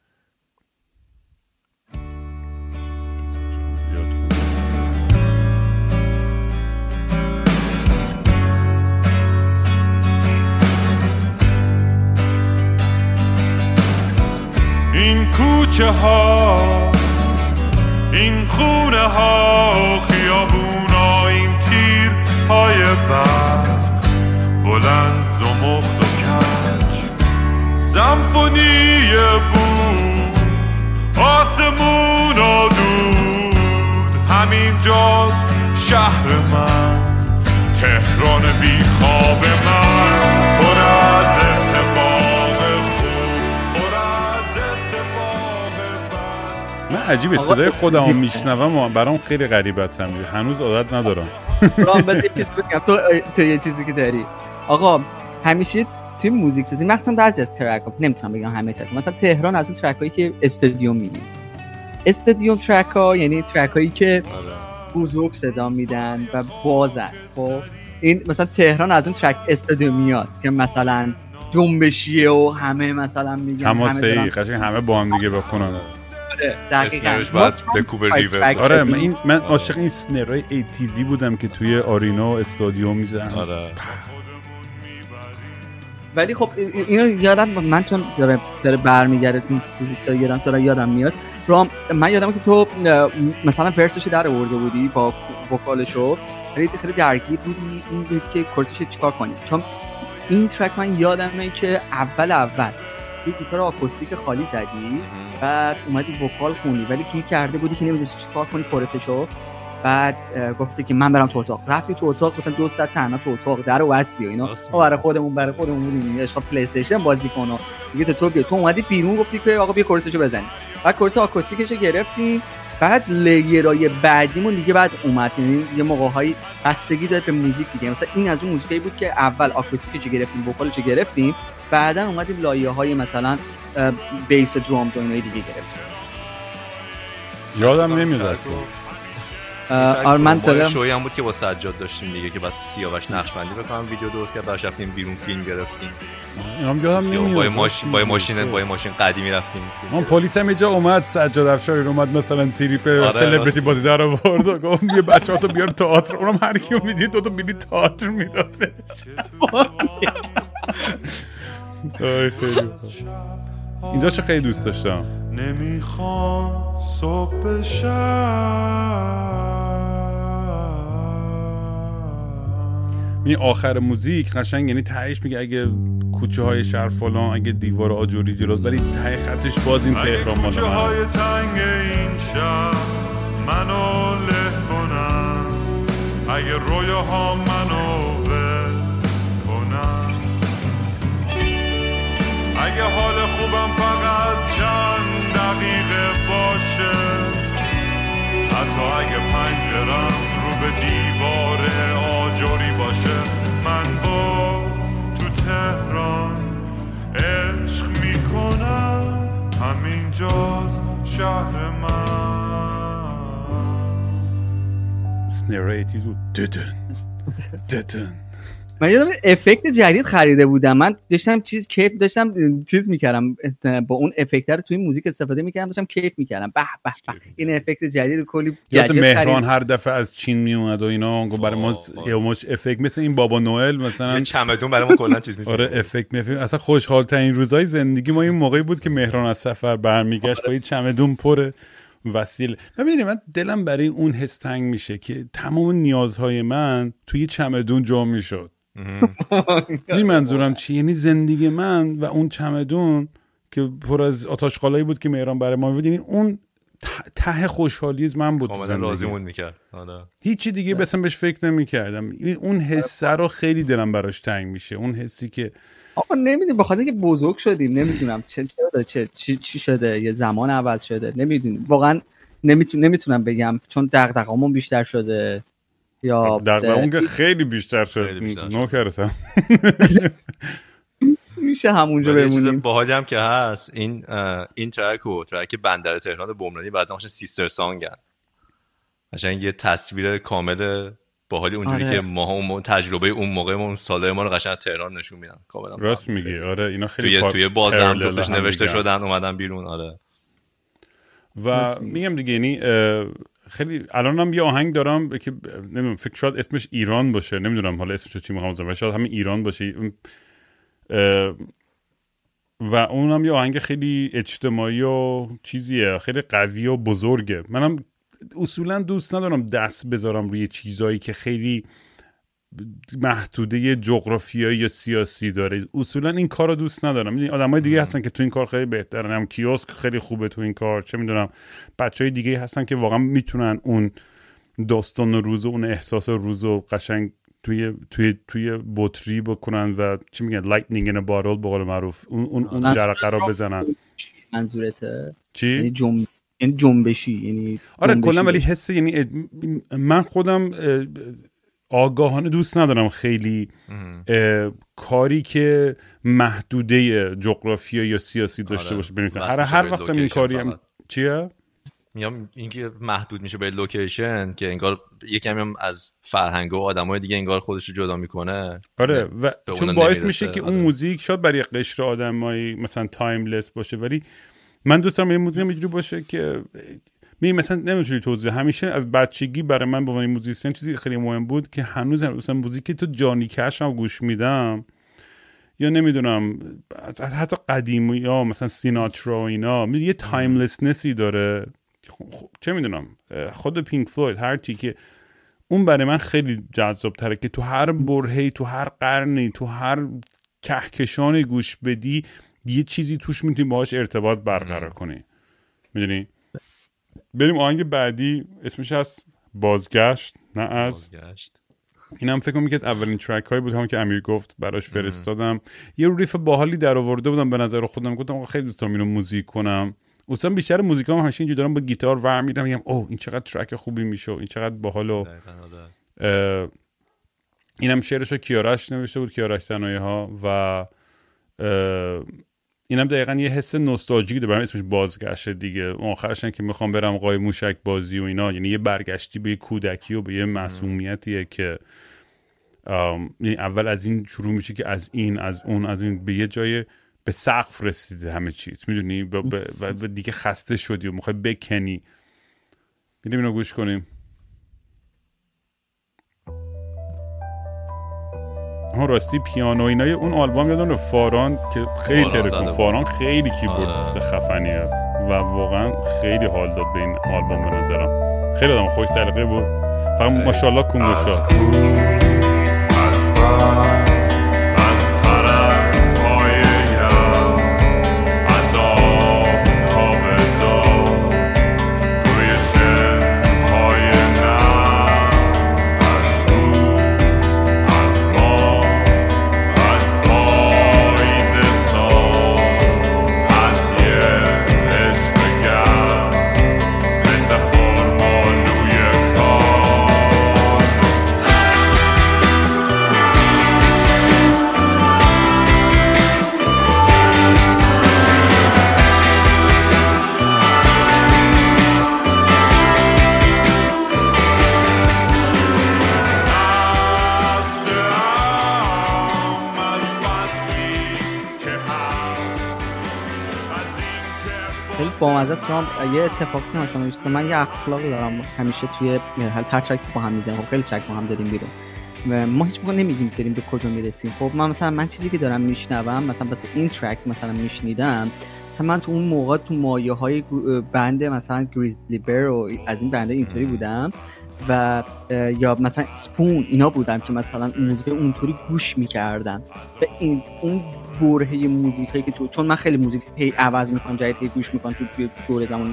این کوچه ها، این خونه ها، خیابون ها، این تیر های برق بلند زمخت و کج، سمفونی بود آسمون و دود، همین جاست شهر من، تهران بی خواب من، پر از اتفاق من عجیبه صدای خودمو میشنوم و برام خیلی غریبه است، هنوز عادت ندارم. رام بده یه چیز بگم تو تو یه چیزی که داری آقا همیشه توی موزیک سازی مخصوصا بعضی از ترک ها، نمیتونم بگم همه ترک، مثلا تهران از اون ترک هایی که استادیوم میگی، استادیوم ترک ها یعنی ترک هایی که بزرگ صدا میدن و بازن. خب این مثلا تهران از اون ترک استادیومیات که مثلا جنبشیه و همه مثلا میگن همه قشنگ همه با هم دیگه بخونن. دقیقاً بعد به کوبر ریور. آره من این من عاشق این اسنرای ایتیزی بودم که توی آرینا و استادیوم میزنن. آره ولی خب اینو یادم من چون داره داره برمیگرده این چیزی که یادم داره یادم میاد رام، من یادم که تو مثلا ورسش در آورده بودی با وکالشو، خیلی خیلی درگیر بودی این بود که کورسش چیکار کنی، چون این ترک من یادمه که اول اول یه گیتار آکوستیک خالی زدی، بعد اومدی وکال خونی ولی گیر کرده بودی که نمیدونی چیکار کنی کورسشو، بعد گفتی که من برم تو اتاق، رفتی تو اتاق مثلا دو ساعت تنها تو اتاق در و بستی و اینا، ما برای خودمون برای خودمون بودیم عشق پلی استیشن بازی کن و دیگه تو بیا تو اومدی بیرون گفتی که آقا بیا کورسشو بزنیم، بعد کورس آکوستیکشو گرفتی، بعد لیرای بعدیمون دیگه بعد اومد، یعنی یه موقع‌هایی بستگی داره به موزیک دیگه. مثلا این از اون موزیکایی بود که اول آکوستیکش گرفتیم، وکالش گرفتیم، بعدن اومدیم لایه‌های مثلا بیس درام و اینای دیگه گرفتیم. یادم نمیاد اصلا. آره من دارم شوی هم بود که با سجاد داشتیم دیگه که بعد سیاوش نقشبندی بکنم ویدیو درست کرد، بعدش رفتیم بیرون فیلم گرفتیم. اینم یادم نمیاد. با ماشین با ماشین با ماشین قدیمی رفتیم. اون پلیس هم اینجا اومد، سجاد افشاری اومد مثلا تریپ آره سلبریتی بازیگر آورد و گفت یه بچه‌ها تو بیار تئاتر، اونم هر کیو میدید دو تا بلیط تئاتر میداد. آی خیلی اینجا چه خیلی دوست داشتم. نمیخوام صبح شب می آخر موزیک قشنگ، یعنی تهش میگه اگه کوچه های شهر فلان، اگه دیوار آجوری جلوت، ولی ته خطش باز این تهران مال کوچه های تنگ این شهر منو له کنن، اگه رویاها منو ول کنن، اگه حال خوبم فقط چند دقیقه باشه، حتی اگه پنجرم رو به دیوار آجوری باشه، من باز تو تهران عشق میکنم، همینجاست شهر من. سنریتیز بود ددن ددن. من یادم افکت جدید خریده بودم، من داشتم چیز کیف داشتم چیز میکردم با اون افکت رو توی موزیک استفاده میکردم، داشتم کیف میکردم. به به به این افکت جدید کلی یاد گجت مهران خرید. هر دفعه از چین میومد و اینا گفت برای ما یه مش افکت مثل این بابا نوئل مثلا یه چمدون برای ما کلا چیز می‌سازه. آره افکت میفهم. اصلا خوشحال ترین روزای زندگی ما این موقعی بود که مهران از سفر برمیگشت با این چمدون پر وسیله. ببینید من دلم برای اون حس تنگ میشه که تمام نیازهای من توی چمدون جمع میشد. این منظورم چی؟ یعنی زندگی من و اون چمدون که پر از آتش‌قالایی بود که مهران برای ما بود، یعنی اون ته خوشحالی من بود. کاملا راضیمون میکرد. آره هیچی دیگه بسم بهش فکر نمی‌کردم. اون حس رو خیلی دلم براش تنگ میشه، اون حسی که آقا نمیدونم بخاطر اینکه بزرگ شدیم، نمیدونم چه چه چه چی, چی شده، یه زمان عوض شده، نمیدونیم واقعا. نمیتونم نمیتونم بگم چون دغدغه‌مون بیشتر شده یا دغدغه‌مون که خیلی بیشتر شد. نوکرتم میشه همونجا بمونیم. یه چیز باحالی هم که هست این این ترک و ترک بندر تهران بومرانی بعضی وقتا سیستر سانگن، قشنگ یه تصویر کامل باحالی اونجوری آره. که ما اون تجربه اون موقع اون ساله ما رو قشنگ تهران نشون میدن. کاملا راست میگی. آره اینا خیلی توی پا... توی بازم توش نوشته شدن اومدن بیرون. آره و میگم دیگه یعنی خیلی الانم یه آهنگ دارم که نمیدونم فکر شاید اسمش ایران باشه، نمیدونم حالا اسمش چی میخوام بزنم، شاید همین ایران باشه و اونم یه آهنگ خیلی اجتماعی و چیزیه، خیلی قوی و بزرگه. منم اصولا دوست ندارم دست بذارم روی چیزایی که خیلی محدوده جغرافیایی یا سیاسی داره. اصولا این کار رو دوست ندارم. میدونی آدمای دیگه هستن که تو این کار خیلی بهترن، هم کیوسک خیلی خوبه تو این کار، چه میدونم بچهای دیگه هستن که واقعا میتونن اون داستان روز و اون احساس روز و قشنگ توی توی توی بطری بکنن و چی میگن لایتنینگ این بارل به قول معروف اون اون اون جرقه رو بزنن. منظورته چی؟ یعنی جنب یعنی جنبشی، یعنی آره کلا، ولی حس یعنی من خودم آگاهانه دوست ندارم خیلی کاری که محدوده جغرافیایی یا سیاسی داشته باشه بنویسم. هر هر وقت این کاری هم چیه؟ میگم اینکه محدود میشه به لوکیشن که انگار یکمی هم از فرهنگ و آدمای دیگه انگار خودش رو جدا میکنه. آره و چون باعث میشه که اون موزیک شاید برای قشر آدمایی مثلا تایملس باشه، ولی من دوست دارم این موزیک هم اینجوری باشه که می مثلا نمیتونی توضیح. همیشه از بچگی برای من به عنوان موزیسین چیزی خیلی مهم بود که هنوز مثلا موزیکی تو جانی کش هم گوش میدم یا نمیدونم حتی قدیمی ها مثلا سیناترا و اینا یه تایملسنسی داره. چه میدونم خود پینک فلوید هر چی که اون برای من خیلی جذاب تره که تو هر برهه‌ای تو هر قرنی تو هر کهکشانی گوش بدی یه چیزی توش میتونی باهاش ارتباط برقرار کنی. میدونی؟ بریم آهنگ بعدی، اسمش هست بازگشت نه از بازگشت. اینم فکر کنم که از اولین ترک هایی بود همون که امیر گفت براش فرستادم. یه ریف باحالی در آورده بودم به نظر خودم، گفتم خیلی دوست دارم اینو موزیک کنم اصلا بیشتر موزیکام همیشه اینجوری دارم با گیتار ور میدم میگم اوه این چقدر ترک خوبی میشه، این چقدر باحالو. اینم شعرشو کیارش نوشته بود، کیارش صنایع ها، و اینم دقیقاً یه حس نوستالژیکی داره، برام اسمش بازگشت دیگه. آخرش که میخوام برم قای موشک بازی و اینا، یعنی یه برگشتی به یه کودکی و به یه معصومیتیه که یعنی اول از این شروع میشه که از این از اون از این به یه جای به سقف رسیده همه چیز، میدونی، و دیگه خسته شدی و میخوای بکنی. میدونیم اینو گوش کنیم. ها راستی پیانو اینای اون آلبوم یادم فاران که خیلی ترکون، فاران خیلی کیبوردیست خفنیه و واقعا خیلی حال داد به این آلبوم به نظرم. خیلی آدم خوش سلیقه بود، فقط ماشاءالله کنگوشا. بامزه است. یه اتفاقی که مثلا میفته، من یه اخلاقی دارم همیشه توی هر ترک با هم میزنیم. خب خیلی ترک با هم دادیم بیرون و ما هیچ موقع نمیگیم بریم به کجا میرسیم. خب من مثلا من چیزی که دارم میشنوم، مثلا واسه این ترک مثلا میشنیدم، مثلا من تو اون موقع تو مایه‌های بند مثلا گریزلی بر و از این بنده اینطوری بودم و یا مثلا سپون اینا بودم که مثلا موزیک اونطوری گوش میکردم و این اون برهه موزیکایی که تو، چون من خیلی موزیک هی عوض میکنم، جدید هی گوش میکنم تو دور زمان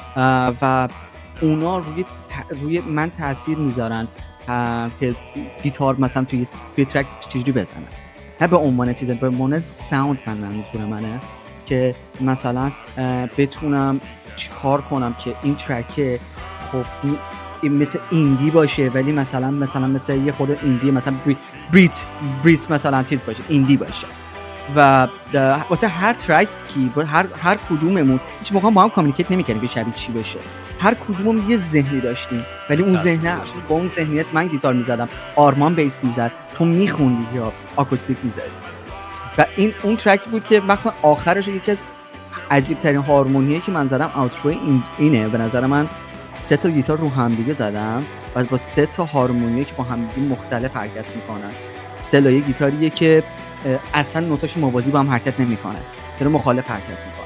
و اونا روی روی من تاثیر میذارن که گیتار مثلا توی توی ترک چجوری بزنم، نه به عنوان چیز، به عنوان ساوند من منظور منه که مثلا بتونم چیکار کنم که این ترک خب مثل ایندی باشه ولی مثلا مثلا مثل یه خود ایندی مثلا بریت بریت مثلا چیز باشه، ایندی باشه و واسه هر ترکی هر هر کدوممون هیچ موقع با هم کامیونیکیت نمی‌کردیم که شبیه چی بشه. هر کدوممون یه ذهنی داشتیم ولی اون ذهن با اون ذهنیت من گیتار می‌زدم، آرمان بیس می‌زد، تو می‌خوندی یا آکوستیک می‌زدی و این اون ترکی بود که مثلا آخرش یکی از عجیب ترین هارمونیایی که من زدم آوترو این اینه. به نظر من سه تا گیتار رو هم دیگه زدم و با سه تا هارمونی که با هم دیگه مختلف حرکت میکنن. سه لایه گیتاریه که اصلا نوتاش موازی با هم حرکت نمیکنه، داره مخالف حرکت میکنه.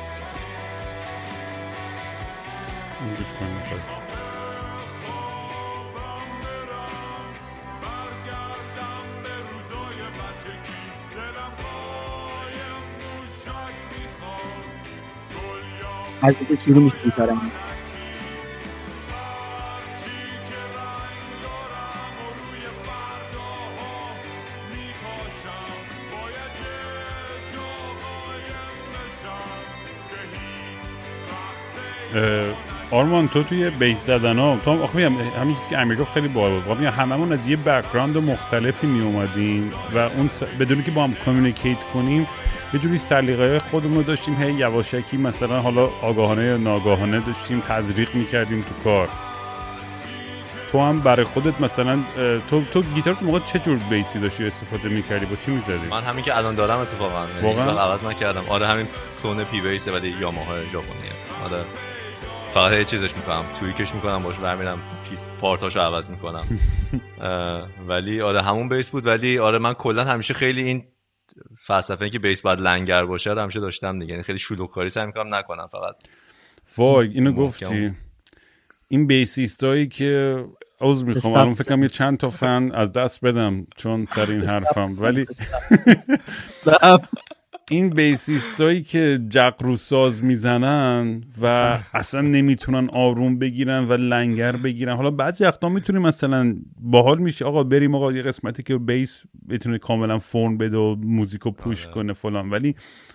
از دیگه شروع میشه گیتارم. آرمان تو توی بیس زدن ها تو آخه میگم همین چیزی که امیر گفت خیلی باحال بود. میگم هممون از یه بک‌گراند مختلفی می اومدیم و اون س... بدون که با هم کامیونیکیت کنیم یه جوری سلیقه‌های خودمون رو داشتیم، هی یواشکی مثلا حالا آگاهانه یا ناآگاهانه داشتیم تزریق می‌کردیم تو کار. تو هم برای خودت مثلا تو تو گیتار تو موقع چه جور بیسی داشتی استفاده می‌کردی، با چی می‌زدی؟ من همین که الان دارم اتفاقا واقعا عوض نکردم. آره همین تون پی بیسه ولی یاماها ژاپنیه. آره فقط یه چیزش میکنم توییکش میکنم باش برمیرم پیس پارتاشو عوض میکنم ولی آره همون بیس بود. ولی آره من کلا همیشه خیلی این فلسفه که بیس باید لنگر باشه رو همیشه داشتم دیگه، یعنی خیلی شلوغ کاری سعی میکنم نکنم. فقط وای اینو گفتی این بیسیستایی که عذر میخوام الان فکر کنم یه چند تا فن از دست بدم چون سر این حرفم، ولی این بیسیستایی که جقرو ساز میزنن و اصلا نمیتونن آروم بگیرن و لنگر بگیرن. حالا بعضی وقتا میتونیم مثلا باحال میشه آقا بریم آقا یه قسمتی که بیس بتونه کاملا فرم بده و موزیکو پوش کنه فلان، ولی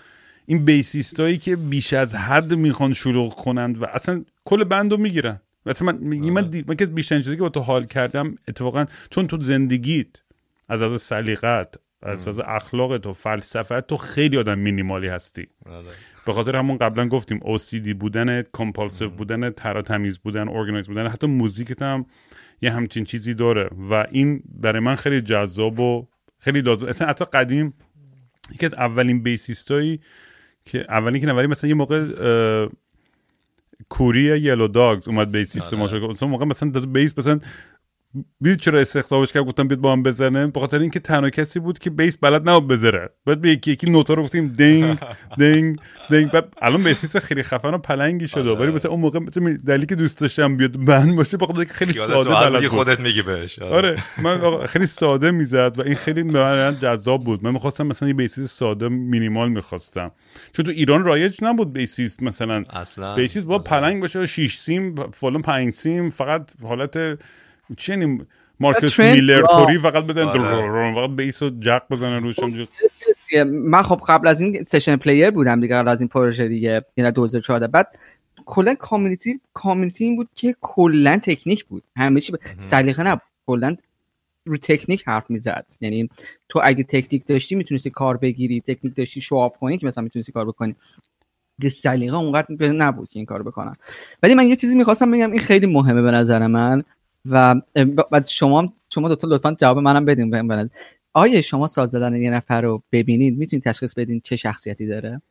این بیسیستایی که بیش از حد میخوان شلوغ کنند و اصلا کل بندو میگیرن. مثلا من من من, من که بیشترین چیزی که با تو حال کردم اتفاقا چون تو زندگیت از از سلیقت از از اخلاقت و فلسفت تو خیلی آدم مینیمالی هستی. به خاطر همون قبلا گفتیم او سی دی بودن، کامپالسیو بودن، تراتمیز بودن، ارگانایز بودن، حتی موزیکت هم یه همچین چیزی داره و این برای من خیلی جذاب و خیلی لازم. اصلا حتی قدیم یکی از اولین بیسیستایی که اولین که نوری مثلا یه موقع کوری یلو داگز اومد بیسیست ما شد. مثلا موقع مثلا بیس مثلا ببین چرا استخدامش کرد گفتم بیاد با هم بزنه، به خاطر اینکه تنها کسی بود که بیس بلد نبود بزنه. بعد به یکی یکی نوتا رو گفتیم دینگ دینگ دینگ. بعد الان بیسیست خیلی خفن و پلنگی شده، ولی مثلا اون موقع مثلا دلیلی که دوست داشتم بیاد بند باشه به خاطر اینکه خیلی ساده بلد بود. خودت میگی بهش. آره من خیلی ساده میزد و این خیلی برام جذاب بود. من می‌خواستم مثلا یه بیسیست ساده مینیمال می‌خواستم، چون تو ایران رایج نبود بیسیست مثلا اصلا بیسیست با پلنگ باشه، شش سیم فلان پنج سیم، فقط حالت چه مارکوس میلر توری فقط بزنن فقط بیس و جک بزنن روش. من خب قبل از این سشن پلیر بودم دیگه، قبل از این پروژه دیگه یعنی دو هزار و چهارده. بعد کلا کامیونیتی کامیونیتی این بود که کلا تکنیک بود، همه چی سلیقه نبود، کلا رو تکنیک حرف میزد. یعنی تو اگه تکنیک داشتی میتونستی کار بگیری، تکنیک داشتی شو آف کنی که مثلا میتونستی کار بکنی، که سلیقه اونقدر نبود که این کارو بکنن. ولی من یه چیزی میخواستم بگم، این خیلی مهمه به نظر من و بعد شما شما دو تا لطفاً جواب منم بدین. ببینید آیا شما ساز زدن یه نفر رو ببینید میتونید تشخیص بدین چه شخصیتی داره؟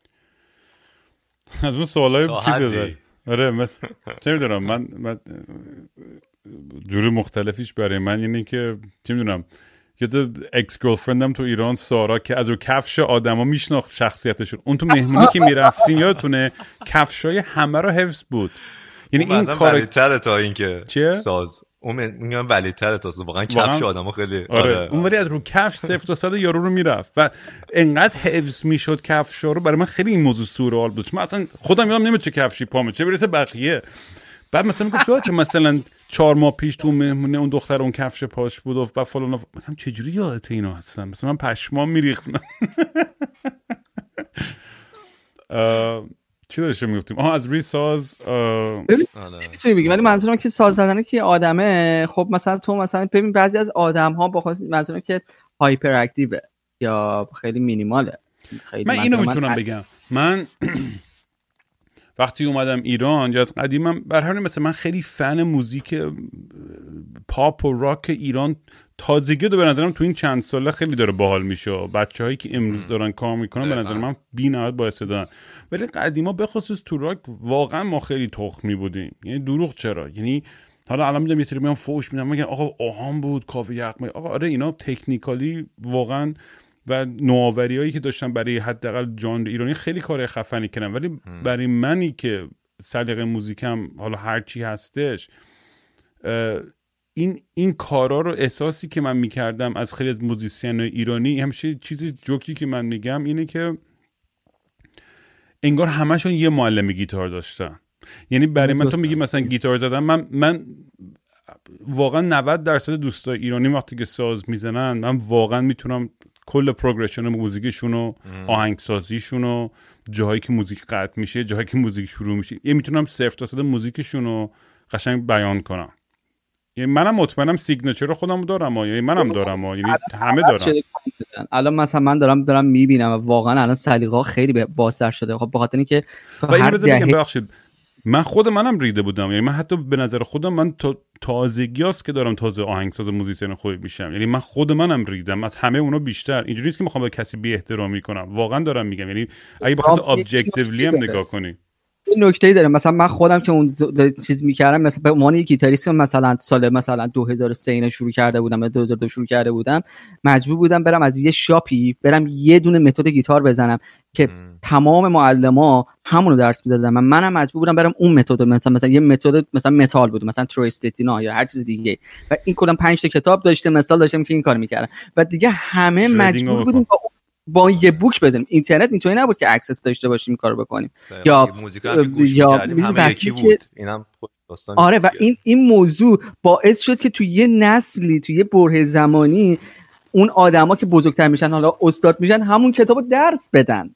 از اون سوالای چیز داره. آره مثلا چه میدونم من من جوری مختلفیش برای من اینه که چه میدونم یاد اکس گرلفرندم تو ایران سارا که از رو کفش آدما میشناخت شخصیتشون. اون تو مهمونی که میرفتین یادتونه کفشای همه رو حفظ بود. یعنی این کار ولی‌تره تا اینکه چیه؟ ساز اون میگم ولی‌تره تا واقعا کفش آدمو خیلی آره, آره. اون ولی از رو کفش صفر تا صد یارو رو میرفت و انقدر حفظ میشد کفشا رو. برای من خیلی این موضوع سورئال بود. من اصلا خودم یادم نمیاد چه کفشی پامه چه برسه بقیه. بعد مثلا میگم شو که مثلا چهار ماه پیش تو مهمونه اون دختر اون کفش پاش بود و بعد فلان میگم چه جوری یادت اینو هستم، مثلا من پشمام میریخت. چی داشتیم میگفتیم؟ آها از ریساز میتونی بگی، ولی منظورم که ساز زدنه که آدمه. خب مثلا تو مثلا ببین بعضی از آدم ها با خاص منظورم که هایپر اکتیوه یا خیلی مینیماله. خیلی من اینو میتونم من بگم. من وقتی اومدم ایران یا از قدیمم بر همین مثلا من خیلی فن موزیک پاپ و راک ایران تازگی دو به نظرم تو این چند ساله خیلی داره باحال میشه. بچه‌هایی که امروز دارن کار میکنن به نظر من بی‌نهایت با استعدادن، ولی قدیما به خصوص تو راک واقعا ما خیلی تخمی بودیم. یعنی دروغ چرا؟ یعنی حالا الان میدم یه سری میام فوش میدم میگن آقا آهام بود کافی یخمه. آقا آره اینا تکنیکالی واقعا و نوآوریایی که داشتن برای حداقل ژانر ایرانی خیلی کار خفنی کردن، ولی برای منی که سلیقه موزیکم حالا هر چی هستش این این کارا رو احساسی که من میکردم از خیلی از موزیسین‌های ایرانی، همیشه چیزی جوکی که من میگم اینه که انگار همشون یه معلم گیتار داشتن. یعنی برای من تو میگی مثلا گیتار زدن، من من واقعا نود درصد دوستای ایرانی وقتی که ساز میزنن من واقعا میتونم کل پروگرشن موزیکشون و آهنگسازیشون و جاهایی که موزیک قطع میشه جاهایی که موزیک شروع میشه یه میتونم صفر تا صد موزیکشون رو قشنگ بیان کنم. یعنی منم مطمئنم سیگنچر خودم دارم ها. یعنی منم دارم ها. یعنی همه دارم. الان مثلا من دارم دارم میبینم و واقعا الان سلیقه‌ها خیلی بازتر شده. خب به خاطر اینکه هر دهه ببخشید من خود منم ریده بودم. یعنی من حتی به نظر خودم من تا تازگیاست که دارم تازه آهنگساز موزیسین خوبی میشم. یعنی من خود منم ریدم از همه اونا بیشتر. اینجوری نیست که میخوام به کسی بی احترامی کنم، واقعا دارم میگم. یعنی اگه بخواد ابجکتیولی هم نگاه کنی این نکته‌ای داره. مثلا من خودم که اون چیز می‌کردم مثلا به عنوان یک گیتاریست مثلا سال مثلا دو هزار و سه اینا شروع کرده بودم یا دو هزار و دو شروع کرده بودم، مجبور بودم برم از یه شاپی برم یه دونه متد گیتار بزنم که م. تمام معلما همون رو درس میدادن. من منم مجبور بودم برم اون متد مثلا مثلا یه متد مثلا متال بود مثلا ترویستینا یا هر چیز دیگه و این کلا پنج تا کتاب داشته مثال داشتم که این کار می‌کردم و دیگه همه مجبور بودیم با با یه بوک بدیم. اینترنت اینطوری نبود که اکسس داشته باشیم کار بکنیم یا یا همه یکی بود. اینم داستان آره و این این موضوع باعث شد که تو یه نسلی تو یه بره زمانی اون آدما که بزرگتر میشن حالا استاد میشن همون کتابو درس بدن.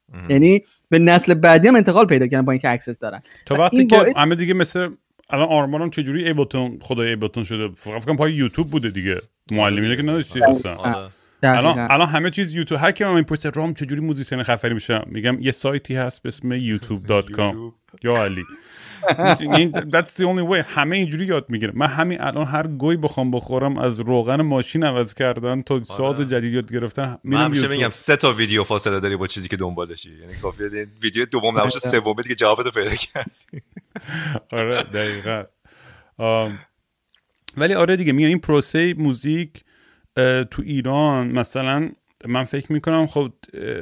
یعنی به نسل بعدی هم انتقال پیدا کردن با اینکه اکسس دارن. تا وقتی که باعث... همه دیگه مثل الان آرمانم چجوری ایبلتون خدای ایبلتون شده، فقط فکر پای یوتیوب بوده دیگه، معلمینه که نداشتی اصلا. الان الان همه چیز یوتیوب. هر کی من میپرسه رام چجوری موزیسین خفری میشم، میگم یه سایتی هست به اسم یوتیوب دات کام یا علی. That's the only way. همه اینجوری یاد میگیرن. من همین الان هر گوی بخوام بخورم از روغن ماشین عوض کردن تا ساز جدید یاد گرفتن میرم من یوتیوب. میگم سه تا ویدیو فاصله داری با چیزی که دنبالشی، یعنی کافیه ویدیو دوم نباشه سوم دیگه جوابتو پیدا کردی. آره دقیقاً. ولی آره دیگه میگم این پروسه موزیک تو ایران مثلا من فکر میکنم خب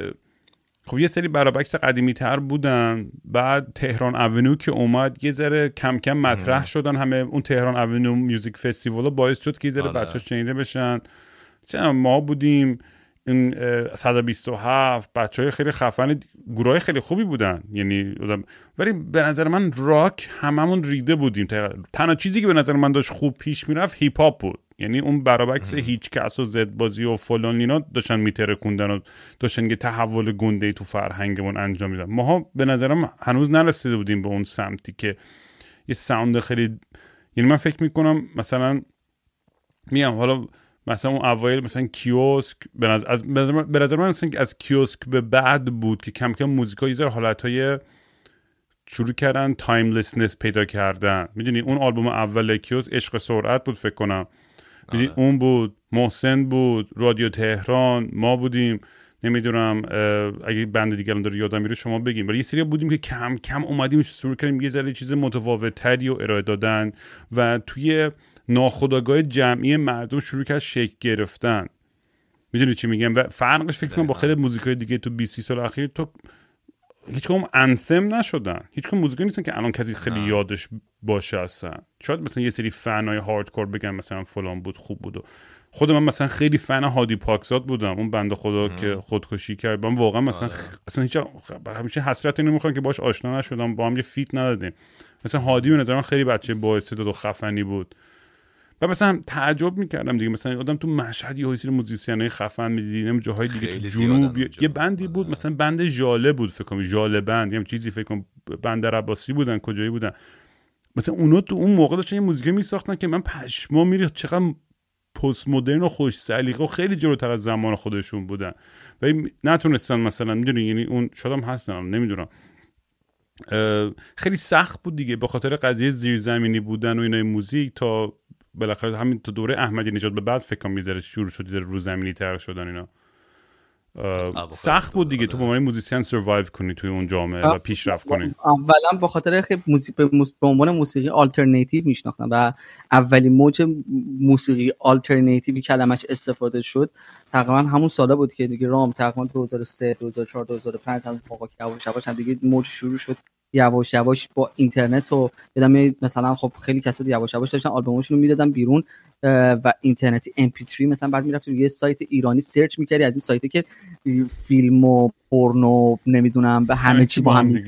خب یه سری برابکس قدیمی تر بودن، بعد تهران اونیو که اومد یه ذره کم کم مطرح شدن، همه اون تهران اونیو میوزیک فستیوال باعث شد که یه ذره بچه‌ها شنیده بشن. چه ما بودیم این صد و بیست و هفت بچهای خیلی خفن، گروهای خیلی خوبی بودن یعنی، ولی به نظر من راک هممون ریده بودیم. تنها چیزی که به نظر من داشت خوب پیش میرفت هیپ هاپ بود، یعنی اون برابکس هیچ کس و زد بازی و فلان اینا داشتن میترکوندن و داشتن یه تحول گنده‌ای تو فرهنگمون انجام میدن. ماها به نظرم هنوز نرسیده بودیم به اون سمتی که یه ساوند خیلی، یعنی من فکر میکنم مثلا میام حالا مثلا اون اوایل مثلا کیوسک به نظر از به نظر من مثلا از کیوسک به بعد بود که کم کم موزیکا یه ذره حالتهای شروع کردن تایملسنس پیدا کردن. میدونی اون آلبوم اول کیوسک عشق سرعت بود فکر کنم، میدونی اون بود، محسن بود، رادیو تهران، ما بودیم، نمیدونم اگه بند دیگه الان داره یادم میره شما بگیم، ولی یه سری بودیم که کم کم اومدیم شروع کردیم یه ذره چیز متفاوت‌تری رو ارائه دادن و توی ناخودآگاه جمعی مردم شروع کرد شکل گرفتن. میدونی چی میگم؟ و فرقش فکر کنم با خیلی موزیکای دیگه تو بیست سال اخیر تو هیچ کدوم انثم نشدن، هیچ کدوم موزیکایی نیستن که الان کسی خیلی نه. یادش باشه اصلا. شاید مثلا یه سری فنای هاردکور بگن مثلا فلان بود خوب بود. خود من مثلا خیلی فن هادی پاکزاد بودم، اون بنده خدا ام. که خودکشی کرد. من واقعا مثلا خ... اصلا هیچ همیشه حسرت اینو میخوام که باش آشنا نشدم، با هم یه فیت ندادیم. مثلا هادی به نظر من خیلی بچه با استعداد و خفنی بود. و مثلا تعجب میکردم دیگه، مثلا آدم تو مشهد یه سری موزیسینای خفن میدیدیم، جاهای دیگه تو جنوب یه, یه بندی بود مثلا بند ژاله بود فکر کنم، ژاله بند یا چیزی فکر کنم، بندر عباسی بودن کجایی بودن، مثلا اونا تو اون موقع داشتن یه موزیک میساختن که من پشما میریخت، چقدر پست مدرن و خوش سلیقه و خیلی جلوتر از زمان خودشون بودن و نتونستن مثلا میدونی، یعنی اون شادم هستن نمیدونم خیلی سخت بود دیگه به خاطر قضیه زیرزمینی بودن و اینای موزیک تا بالاخره همین تو دوره احمدی نژاد به بعد فکر کنم میذاره شروع شد رو زمینی تر شدن اینا. سخت بود دیگه تو به عنوان موزیسین سروایو کنی توی اون جامعه و پیشرفت کنی. اولا به خاطر که موزیک به عنوان موسیقی آلترناتیو میشناختن و اولین موج موسیقی آلترناتیوی کلمش استفاده شد تقریبا همون سالا بود که دیگه رام تقریبا دو هزار و سه دو هزار و چهار دو هزار و پنج هم موقع که یواش یواش دیگه موج شروع شد یواش یواش با اینترنت و یادم مثلا خب خیلی کسا یواش یواش داشتن آلبوماشون رو میدادن بیرون و اینترنتی ام پی تری مثلا بعد میرفت یه سایت ایرانی سرچ میکردی از این سایتی که فیلم و پورنو نمیدونم به همه چی با هم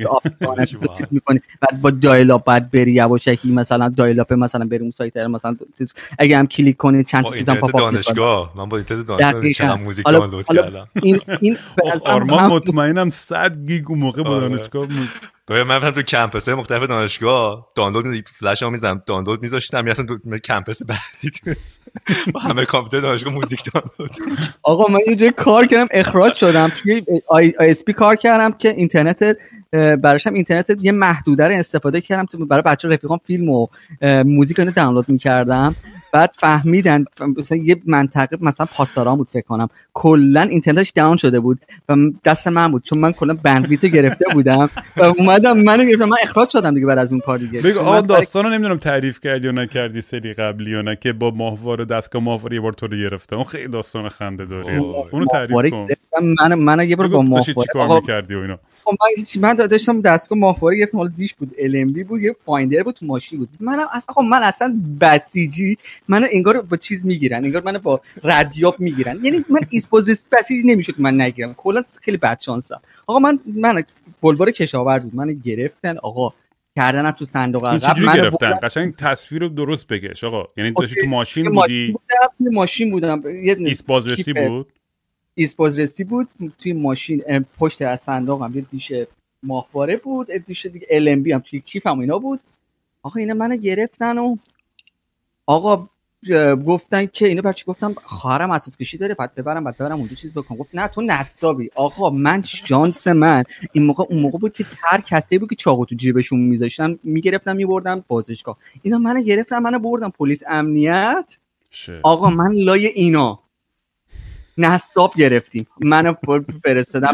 چیز میکنی، بعد با دایل اپ بعد بری یواشکی مثلا دایل اپ مثلا بریم اون سایت مثلا اگه هم کلیک کنی چند تا چیزام پاپ اپ دانشگاه من با اینترنت دانشگاه چقدر موزیک دانلود کردم. این این آرمان مطمئنم صد گیگ اون موقع با دانشگاه دوباره من رفتم تو کمپس‌های مختلف دانشگاه دانلود می فلاشمو می‌زدم دانلود می‌ذاشتم می‌رفتم تو کمپس بعدی تو با همه کامپیوتر دانشگاه موزیک دانلود. آقا من یه جای کار کردم اخراج شدم توی آی اس پی کار کردم که اینترنت براشم اینترنت یه محدوده رو استفاده کردم تو برای بچه‌ها رفیقام فیلم و موزیک رو دانلود می‌کردم. بعد فهمیدن مثلا یه منطقه مثلا پاسداران بود فکر کنم کلا اینترنتش داون شده بود و دست من بود چون من کلا بندویتو گرفته بودم و اومدم منو گرفتم من اخراج شدم دیگه بعد از اون کار دیگه. بگو آ داستانو نمیدونم تعریف کردی یا نکردی سری قبلی یا نه که با ماهواره دستگاه ماهواره یه بار تو رو گرفتم، اون خیلی داستان خنده داره، اونو تعریف کن. من من یه بار با ماهواره چیکار می‌کردی و اینا؟ خب من چی من داشتم دستگاه ماهواره گرفتم، حالا دیش بود ال ام بی بود یه فایندر بود تو ماشین بود. منم اصلا خب من اصلا بسیجی منو انگار با چیز میگیرن، انگار منو با ردیاب میگیرن، یعنی من ایسپوزیس بسیج نمیشد که من نگیرم، کلا خیلی بد شانسم. آقا من من بلوار کشاورز بود منو گرفتن آقا کردن تو صندوق عقب منو گرفتن. قشنگ تصویر رو درست بگش آقا، یعنی داشتی تو ماشین بودی؟ تو ماشین بودم یه ایسپوزیسی بود ایست بازرسی بود توی ماشین پشت از صندوقم یه دیش ماهواره بود، دیش دیگه ال ام بی هم توی کیفم اینا بود. آقا اینا منو گرفتن و آقا گفتن که اینو بچه گفتم خواهرم اساس کشی داره بعد ببرم بعد ببرم اونجا چیز بکنم. گفت نه تو نصابی. آقا من شانس من این موقع اون موقع بود که هر کسی بود که چاقو تو جیبشون میذاشتن میگرفتم میبردم بازداشتگاه. اینا منو گرفتن منو بردن پلیس امنیت. آقا من لای اینا نصاب گرفتیم منو فرستادم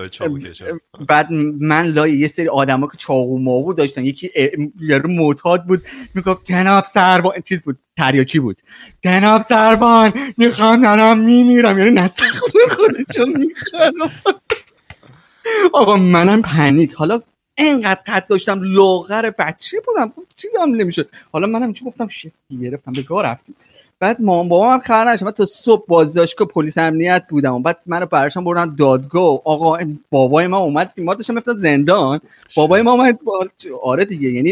بعد من لای یه سری آدما که چاقو ماقو داشتن، یکی یارو معتاد بود میگفت جناب سربان چیز بود تریاکی بود، جناب سربان میخوام دارم میمیرم، یعنی نصاب خودشون میخوام. آقا منم پنیک، حالا اینقدر قد داشتم لاغر بچه بودم چیزی هم نمیشد. حالا منم چی گفتم شت گرفتم به گاه رفتیم. بعد مامان بابام هم خبر نداشتن. تا صبح بازداشتگاه پلیس امنیت بودم و بعد منو براشون بردن دادگاه. آقا بابای ما اومد ما داشتم میرفتم زندان، بابای ما اومد آره دیگه، یعنی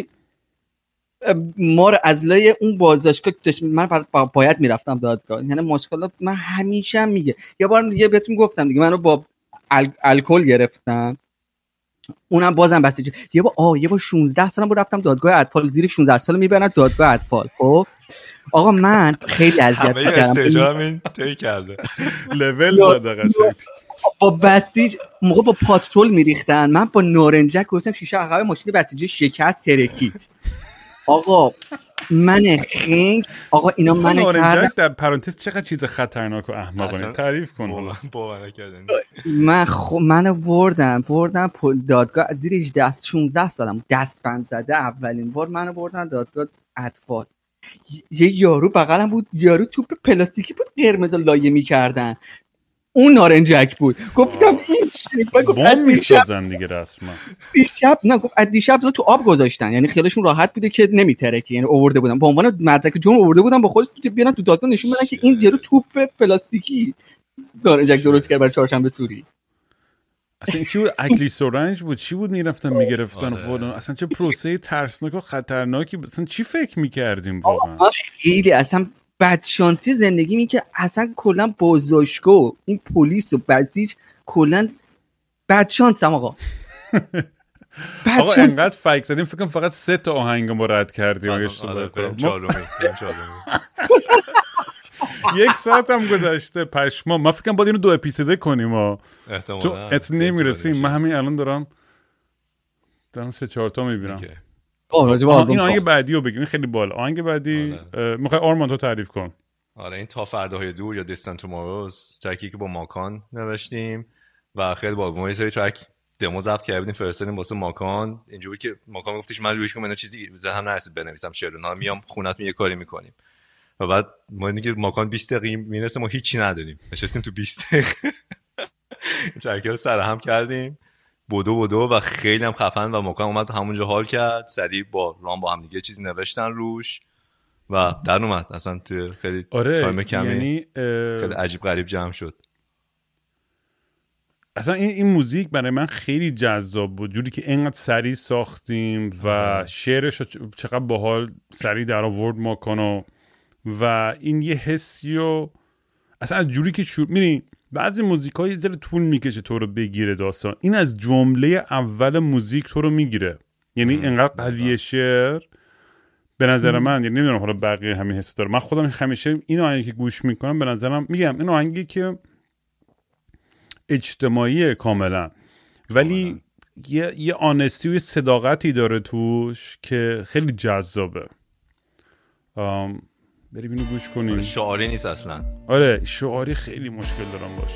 ما رو از لای اون بازداشتگاه من باید میرفتم دادگاه. یعنی مشکلات من همیشه هم میگه. یه بار یه بهتون گفتم دیگه منو با ال... الکل گرفتن، اونم بازم بسیجی. یه بار آ یه بار شانزده سالم بود رفتم دادگاه اطفال، زیر شانزده سال میبرن دادگاه اطفال. خب آقا من خیلی اذیت کردم. همه استجام این طی کرده. لول زده قشنگ. با بسیج موقع با پاترول میریختن، من با نارنجک گفتم شیشه عقب ماشین بسیجی شکست ترکید. آقا من خنگ آقا اینا من نارنجک در پرانتز چقدر چیز خطرناک و احمقانه تعریف کن. باور نکردنی. من خ... منو بردن بردن دادگاه زیر هجده شانزده سالم دست بند زده. اولین بار منو بردن دادگاه اطفال. یه یارو بغلم بود، یارو توپ پلاستیکی بود قرمز لایه می‌کردن، اون نارنجک بود. گفتم این چی؟ بمب می‌سازن دیگه رسما. دیشب نه گفت از دیشب تو آب گذاشتن، یعنی خیالشون راحت بوده که نمیترکه، یعنی آورده بودن به عنوان مدرک جرم آورده بودن با خودش تو بیان تو دادگاه نشون بدن که این یارو توپ پلاستیکی نارنجک درست کرد برای چهارشنبه سوری. اصلا چی بود؟ اکلی سورنج بود چی بود میرفتن میگرفتن فلان. اصلا چه پروسه ترسناک و خطرناکی. اصلا چی فکر میکردیم واقعا؟ خیلی اصلا بدشانسی زندگی می که اصلا کلا بازداشتگاه این پلیس و بسیج کلا بدشانسم آقا. آقا انقدر فکر زدیم فکر کنم فقط سه تا آهنگ ما رد کردیم. اگه اشتباه کنم یک ساعت هم گذشته پشما. ما فکر کنم باید اینو دو اپیزوده کنیم ها. تو ات نمیرسیم. من همین الان دارم دارم سه چهار تا میبینم. این آهنگ بعدی رو بگیم، این خیلی بالا. آهنگ بعدی میخوای آرمان تو تعریف کن. آره این تا فرداهای دور یا دیستنت توموروز ترکی که با ماکان نوشتیم و خیلی با ما یه سری ترک دمو ضبط کردیم فرستادیم واسه ماکان. اینجوری که ماکان گفتش من روش کنم اینا چیزی ذهنم نرسید بنویسم شعر، میام خونه‌تون یه کاری میکنیم. و بعد ما دیگه ماکان بیست دقیقه میرسه ما هیچی نداریم، نشستیم تو بیست دقیقه ترکیب سر هم کردیم بودو بودو و خیلی هم خفن و ماکان اومد همونجا حال کرد. سریع با رام با هم دیگه چیزی نوشتن روش و در اومد اصلا توی خیلی آره، تایم کمی یعنی خیلی عجیب غریب جمع شد. اصلا این این موزیک برای من خیلی جذاب بود، جوری که اینقدر سریع ساختیم و شعرش چقدر باحال سریع در آورد ماکانو و این یه حسی و اصلا از جوری که شروع می‌بینی بعضی موزیک‌ها یه ذره طول میکشه تو رو بگیره داستان، این از جمله اول موزیک تو رو میگیره. یعنی اینقدر قویه شعر به نظر من، یعنی نمیدونم حالا بقیه همین حس داره. من خودم همیشه این آهنگی که گوش میکنم به نظرم میگم این آهنگی که اجتماعیه کاملا ولی یه یه آنستی و یه صداقتی داره توش که خیلی جذابه. ام بریم اینو گوش کنیم. شعاری نیست اصلا. آره شعاری خیلی مشکل دارم باش.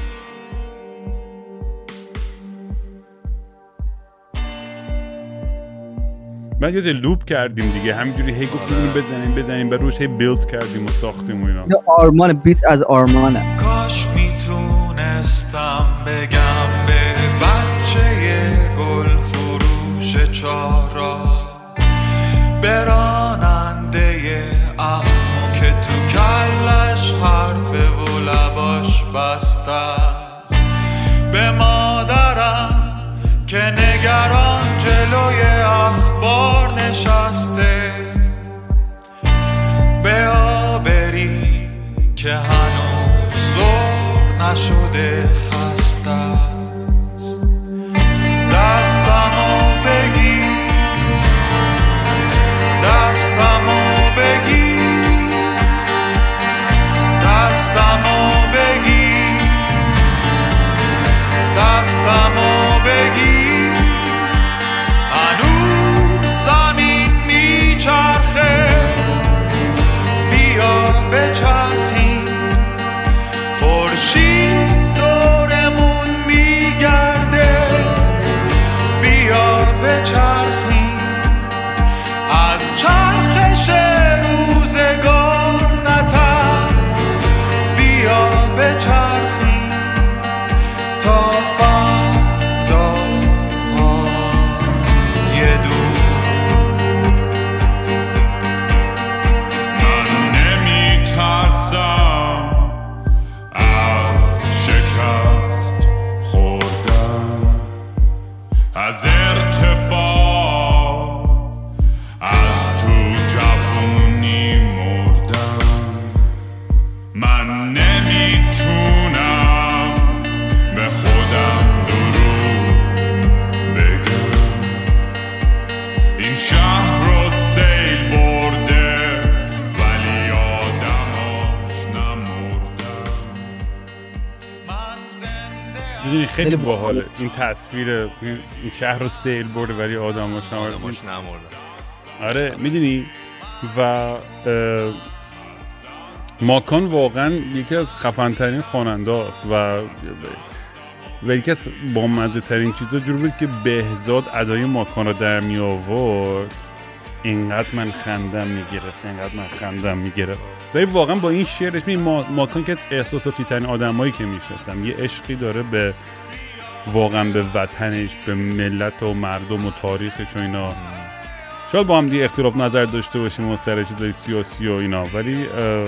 من یاد لوپ کردیم دیگه همینجوری هی گفتیم اینو بزنیم بزنیم بعد روش هی بیلد کردیم و ساختیم و اینا. آرمان بیت از آرمانه. کاش میتونستم بگم به بچه گل فروش چارا براننده اخمو که تو کلش حرفه و لباش بسته است، به مادرم که نگران جلوی اخبار نشسته، به آبری که هنوز زور نشده میدونی خیلی باحاله این تصویر این شهر رو سیل برده ولی آدماش آدماش نمردن. آره میدونی و ماکان واقعا یکی از خفن ترین خواننده است و و یکی از بامزه ترین چیزا جور بود که بهزاد ادای ماکان رو در می آورد. اینقدر من خندم میگرفت اینقدر من خندم میگرفت ولی واقعا با این شعرش می ما... ماکان که از احساساتی ترین آدمایی که میشناسم، یه عشقی داره به واقعا به وطنش، به ملت و مردم و تاریخش و اینا. شاید با هم دیگه اختلاف نظر داشته باشیم و سر چیزای سیاسی و اینا، ولی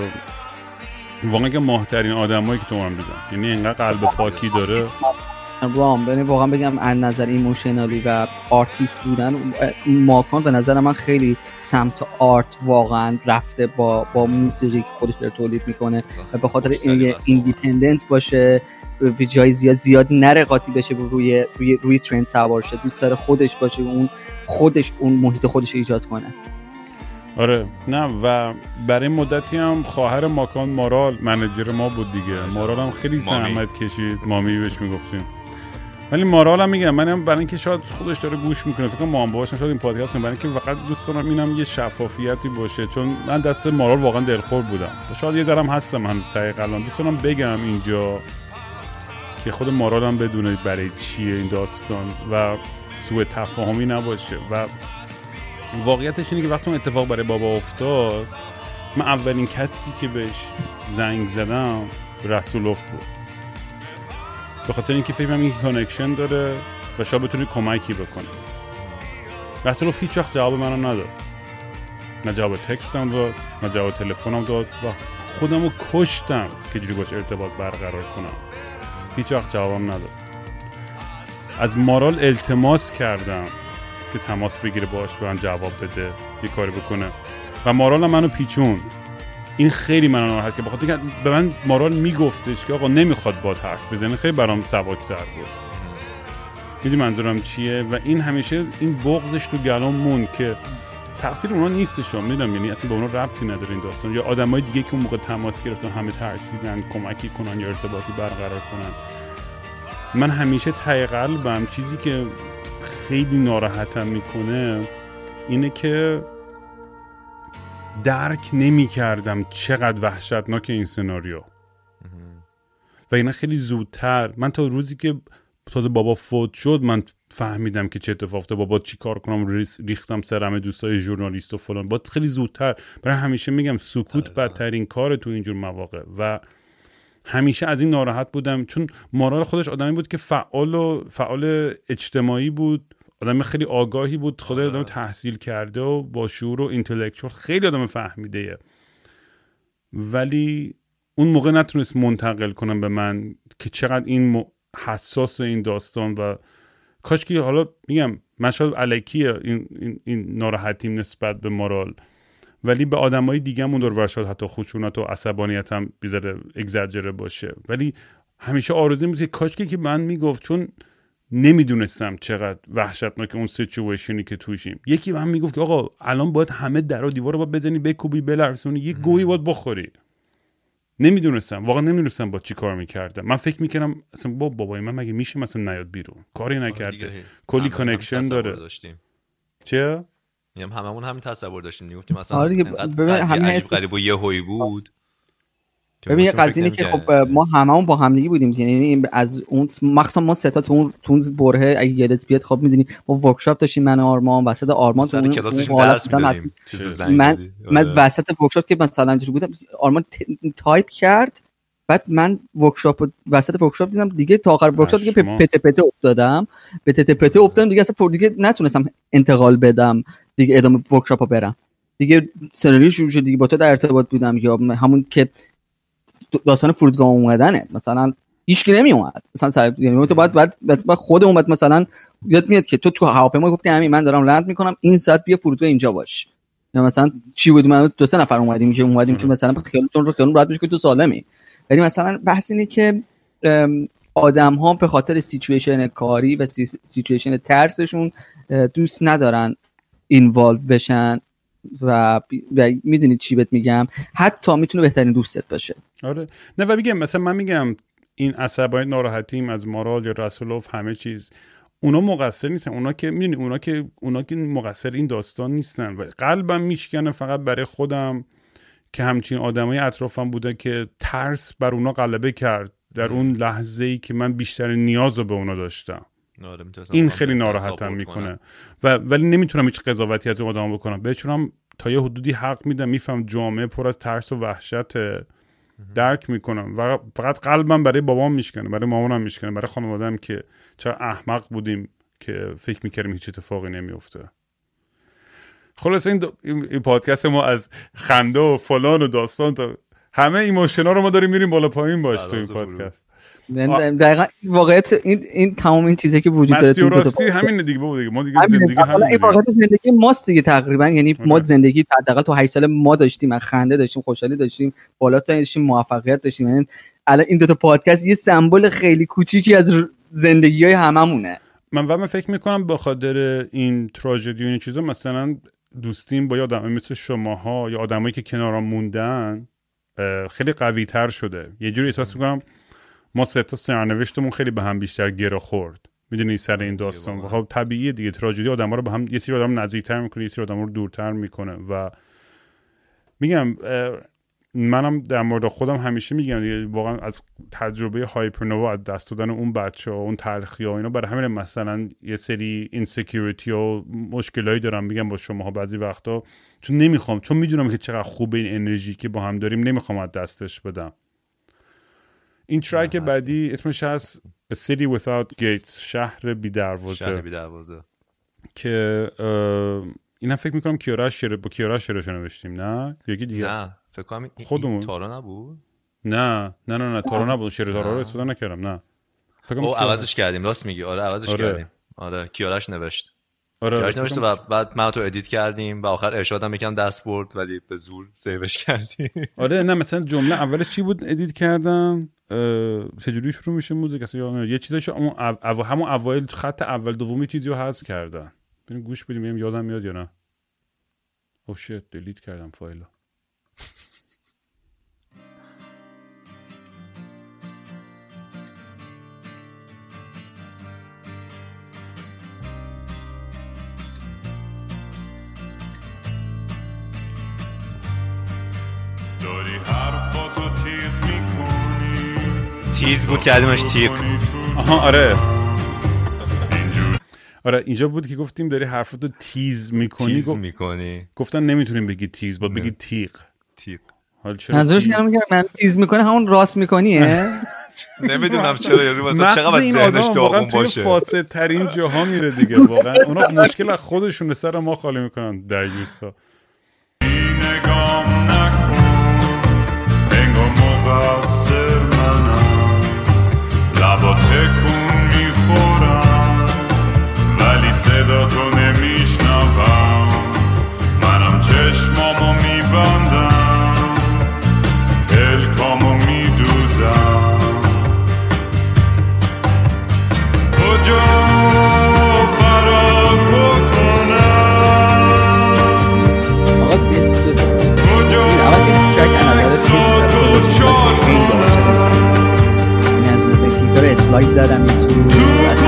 واقعا که ماهترین آدمایی که تو من دیدم، یعنی اینقدر قلب پاکی داره. رام یعنی واقعا بگم از نظر ایموشنالی و آرتیست بودن ماکان به نظر من خیلی سمت آرت واقعا رفته با با موسیقی که خودش داره تولید میکنه و به خاطر این ایندیپندنت باشه، به جای زیاد زیاد نره قاطی بشه روی روی روی ترند سوار شه، دوست داره خودش باشه، اون خودش اون محیط خودش ایجاد کنه. آره نه و برای مدتی هم خواهر ماکان مارال منیجر ما بود دیگه. مارال هم خیلی زحمت کشید، مامی بهش میگفتیم. ولی مارال هم میگم منم برای اینکه شاید خودش داره گوش میکنه، فکر کنم ما هم باهاشم شاید این پادکست کنم، برای اینکه فقط دوست دارم اینم یه شفافیتی باشه، چون من دست مارال واقعا دلخور بودم. شاید یه ذرم هستم هنوز دقیقاً الان دوست دارم بگم اینجا که خود مارال هم بدونه برای چیه این داستان و سوء تفاهمی نباشه. و واقعیتش اینه که وقتی اون اتفاق برای بابا افتاد، من اولین کسی که بهش زنگ زدم رسولوف بود، به خاطر اینکه فکر کنم این کانکشن داره و شاید بتونه کمکی بکنه. رسولوف هیچ وقت جواب منو نداد، نه جواب تکستم داد نه جواب تلفنم داد و خودمو کشتم که جوری باش ارتباط برقرار کنم. هیچ وقت جوابم نداد. از مارال التماس کردم که تماس بگیره باش، به من جواب بده، یه کاری بکنه و مارال هم منو پیچون. این خیلی منو ناراحت که بخاطر اینکه به من مارال میگفتش که آقا نمیخواد با حرف بزنه، خیلی برام سبک‌تر بود. میدونی منظورم چیه؟ و این همیشه این بغضش تو گلام مون که تقصیر اونا نیستش، میدونم یعنی اصلا به اونا ربطی نداره این داستان، یا آدمای دیگه که اون موقع تماس گرفتن همه ترسیدن کمکی کنن یا ارتباطی برقرار کنن. من همیشه ته قلبم چیزی که خیلی ناراحتم میکنه اینه که درک نمی کردم چقدر وحشتناک این سناریو و اینا خیلی زودتر. من تا روزی که تازه بابا فوت شد من فهمیدم که چه اتفاق افتاد، بابا چی کار کنم، ریختم سرم دوستای ژورنالیست و فلان. با خیلی زودتر، برای همیشه میگم سکوت بدترین کار تو اینجور مواقع و همیشه از این ناراحت بودم، چون مارال خودش آدمی بود که فعال و فعال اجتماعی بود، آدم خیلی آگاهی بود، خدای آدم تحصیل کرده و با شعور و اینتלקچوال، خیلی آدم فهمیده، ولی اون موقع نتونست منتقل کنم به من که چقدر این حساس این داستان و کاش که حالا میگم من شاید الکیه این, این, این ناراحتیم نسبت به مارال، ولی به آدمای دیگه هم دور ور شاید حتی خشونت و عصبانیت هم بیزاره اگزاجره باشه، ولی همیشه آرزو بود که کاش که من میگفت، چون نمیدونستم چقدر وحشتناک اون سیچویشنی که توشیم. یکی به هم میگفت که آقا الان باید همه در و دیوار رو باید بزنی، بکوبی، بلرزونی، یه گویی باید بخوری. نمیدونستم، واقعا نمیدونستم با چی کار میکردم. من فکر میکردم اصلا با بابای من مگه میشه مثلا نیاد بیرون، کاری نکرده، کلی کانکشن داره. چه؟ میگم هممون همین تصور داشتیم، میگفتیم مثلا آره اینقدر عجیب غریب و یهویی بود. ببین یه قضیه که خب ما هممون با هم دیگه بودیم، یعنی از اون مخصوصا ما سه تا تو اون تو برهه اگه یادت بیاد خب میدونی ما ورکشاپ داشتیم، من و آرمان وسط آرمان تو اون درس میدادیم. من من وسط ورکشاپ که مثلا اینجوری بودم، آرمان تایپ کرد، بعد من ورکشاپ وسط ورکشاپ دیدم دیگه تا آخر ورکشاپ دیگه پته پته افتادم، به پته پته افتادم دیگه، اصلا دیگه نتونستم انتقال بدم دیگه، ادامه ورکشاپو برم دیگه. سناریو شروع شد دیگه، با تو در ارتباط بودم، یا همون که داستان فرودگاه اومدنه مثلا هیچکی نمی اومد مثلا سر، یعنی تو باید بعد بعد خود اومد مثلا یاد میاد که تو تو هواپیما گفتی همین من دارم لند میکنم این ساعت بیا فرودگاه اینجا باش، یا مثلا چی بود من دو سه نفر اومدیم که اومدیم که مثلا خیالتون رو خیالون راحت بشه که تو سالمی، ولی مثلا بحث اینه که آدم ها به خاطر سیچویشن کاری و سیچویشن ترسشون دوست ندارن اینوالو بشن و, و میدونید چی بهت میگم، حتی میتونه بهترین دوستت باشه. آره نه و میگم مثلا من میگم این عصبانیت ناراحتیم از مارال یا رسولوف همه چیز، اونا مقصر نیستن. اونا که میدونی اونا که اونا که مقصر این داستان نیستن. و قلبم میشکنه فقط برای خودم که همچین آدمای اطرافم بوده که ترس بر اونا غلبه کرد در اون لحظه‌ای که من بیشتر نیاز رو به اونا داشتم. این خیلی ناراحتم میکنه و ولی نمیتونم هیچ قضاوتی از اون آدم بکنم. بهشونم تا یه حدودی حق میدم، میفهم جامعه پر از ترس و وحشت، درک میکنم و فقط قلبم برای بابام میشکنه، برای مامانم میشکنه، برای خانواده‌ام که چرا احمق بودیم که فکر میکردیم هیچ اتفاقی نمیفته. خلاص این, این پادکست ما از خنده و فلان و داستان تا همه ایموشنا رو ما داریم میریم بالا پایین باش تو این پادکست. دقیقاً واقعیت این این تمام این چیزی که وجود داره تو راستی همین دیگه بابا دیگه ما دیگه زندگی همین این واقعیت زندگی ماست دیگه تقریبا. یعنی ما زندگی حداقل تو هشت سال ما داشتیم، خنده داشتیم، خوشحالی داشتیم، بالاتر داشتیم، موفقیت داشتیم. یعنی الان این دو تا پادکست یه سمبل خیلی کوچیکی از زندگی‌های هممونه. من و من فکر میکنم به خاطر این تراژدی و این چیزا مثلا دوستیم با آدمای مثل شماها یا آدمایی که کنارم موندن خیلی قوی تر شده. یه جوری احساس میکنم ما سه تا سرنوشتمون خیلی به هم بیشتر گره خورد، میدونی، سر این داستان. خب طبیعیه دیگه، تراژدی آدما رو به هم، یه سری آدم نزدیکتر میکنه، یه سری آدم رو دورتر میکنه. و میگم منم در مورد خودم همیشه میگم واقعا از تجربه هایپرنووا، از دست دادن اون بچه‌ها، اون تلخی‌ها اینا، برای همین مثلا یه سری اینسکیوریتی و مشکلایی دارم میگم با شماها بعضی وقتا، چون نمیخوام، چون میدونم که چقدر خوبه این انرژی که با هم داریم، نمیخوام از دستش بدم. این ترک بعدی اسمش هست A City Without Gates، شهر بی دروازه. شهر بی دروازه که اینا فکر میکنم کیارا شعر با کیارا شعرش نوشتیم، نه یکی دیگه؟ نه فکر کنم خودمون. تارا نبود. نه نه نه نه تارا نبود، شعر تارا رو استفاده نکردم. نه فکر کنم او عوضش کردیم، راست میگی. آره عوضش آره. کردیم. آره کیاراش نوشت. آره کیاراش نوشت و بعد من تو ادیت کردیم و آخر ارشادم یکم دست برد ولی به زور سیوش کردیم. آره نه مثلا جمله اولش چی بود ادیت کردم، چجوری شروع میشه موزیک اصلا یه چیزاشو همون او... همون اوایل خط اول دومی چیزی رو حذف کردن. بریم گوش بدیم ببینیم یادم میاد یا نه. او شیت دیلیت کردم فایلو. داری حرفاتو تیغ میکنی، تیز بود کردیمش تیغ. آها آره آره اینجا بود که گفتیم داری حرفاتو تیز میکنی. تیز گفت... میکنی گفتن نمیتونیم بگی تیز، باید بگی تیغ. تیغ حالا چرا منظورش اینه میگم من تیز میکنه همون راست میکنیه. نمیدونم چرا، یعنی مثلا چقدر ذهنش داغون باشه. فاسد ترین جاها میره دیگه واقعا. اونا مشکل از خودشون سر ما خالی میکنن دریوسا. نگام نکن انگار مقصر منم، لبا تکون میخورم ولی صدا تو نمیشنوم، منم چشمامو میبندم پلکامو میدوزم، کجا فرار بکنم، کجا عکساتو چار کنم. این از نظر گیتار اسلاید زدم این تو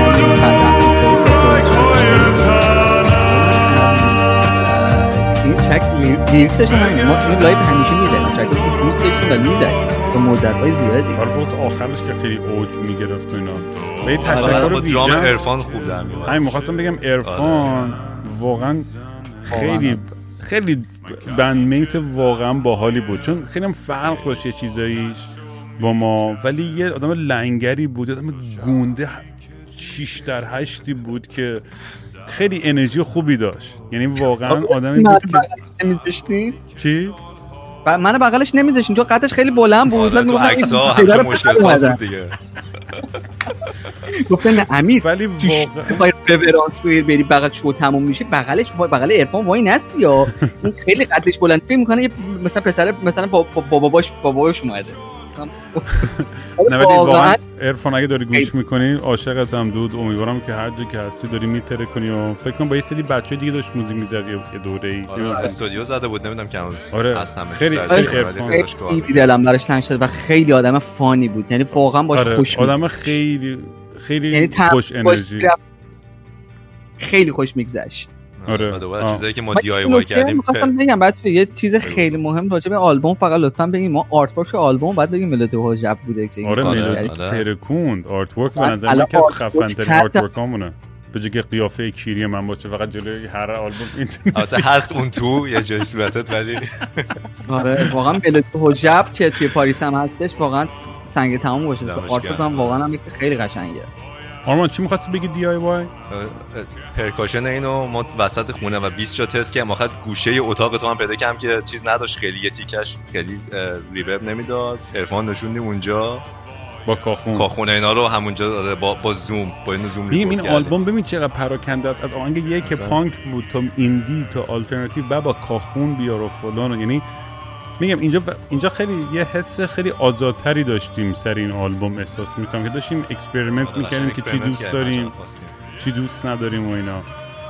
این ترک لیریکسش همینه. ما این لایو همیشه میزنیم ترک رو دوست داشتیم و میزنیم تا مدت‌های زیادی. آره بود آخرش که خیلی اوج میگرفت اینا. به تشکر با درام عرفان خوب در میاد. همین می‌خواستم بگم عرفان واقعا خیلی خیلی بندمیت واقعا باحالی بود، چون خیلی هم فرق داشت یه چیزاییش با ما، ولی یه آدم لنگری بود، آدم گونده شش در هشتی بود که خیلی انرژی خوبی داشت. یعنی واقعا آدمی بود که نمیذاشتی چی؟ من بغلش نمیذاشتین چون قدش خیلی بلند بود. تو عکس‌ها همیشه مشکل ساز بود دیگه. گفتن نه امیر ولی واقعا رفرنس بری بغل شو تموم میشه بغلش بغل عرفان وای نستی یا اون خیلی قدش بلند فکر میکنه مثلا پسر مثلا باباش باباش اومده. نه ولی واقعا عرفان اگه داری گوش میکنی عاشقت هم دود، امیدوارم که هر جا که هستی داری میتره کنی و فکر کنم با یه سری بچه دیگه داشت موزیک میزد یه دوره‌ای آره استودیو زده بود نمیدونم که هنوز آره. هست همه خیلی خیلی دلم براش تنگ شد و خیلی آدم فانی بود، یعنی واقعا باش آره. خوش آدم خیلی خیلی یعنی خوش انرژی، خیلی خوش میگذشت. آره دوباره چیزایی که ما دی آی وای کردیم. می‌خواستم بگم بچه‌ها یه چیز خیلی مهم راجع به آلبوم فقط لطفاً بگیم، ما آرت ورک آلبوم بعد بگیم ملودی حجب بوده که آره ملودی ترکوند آرت ورک به نظر من که از خفن ترین آرت ورکامونه، به جای که قیافه کیری من باشه فقط جلوی هر آلبوم البته هست اون تو یه جای صورتت ولی آره واقعا ملودی حجب که توی پاریس هم هستش واقعا سنگ تمام باشه. آرت ورک هم واقعا هم خیلی قشنگه. آرمان چی می‌خواستی بگی دی آی وای؟ پرکاشن اینو ما وسط خونه و بیست جا تست کردم، آخر گوشه اتاق تو هم پیدا کردم که چیز نداشت، خیلی یه تیکش خیلی ریورب نمیداد. عرفان نشوندیم اونجا با کاخون کاخونه اینا رو همونجا با با زوم با این زوم ببین این آلبوم ببین چقدر پراکنده است، از آهنگ یک که پانک بود تا ایندی تا آلترناتیو و با کاخون بیار و فلان، یعنی میگم اینجا اینجا خیلی یه حس خیلی آزادتری داشتیم سر این آلبوم احساس میکنم که داشتیم اکسپریمنت میکنیم که چی دوست داریم چی دوست نداریم و اینا.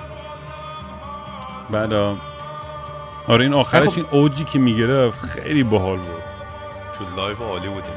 بعد آره این آخرش این اوجی که میگرفت خیلی باحال بود، تو لایو عالی بودیم.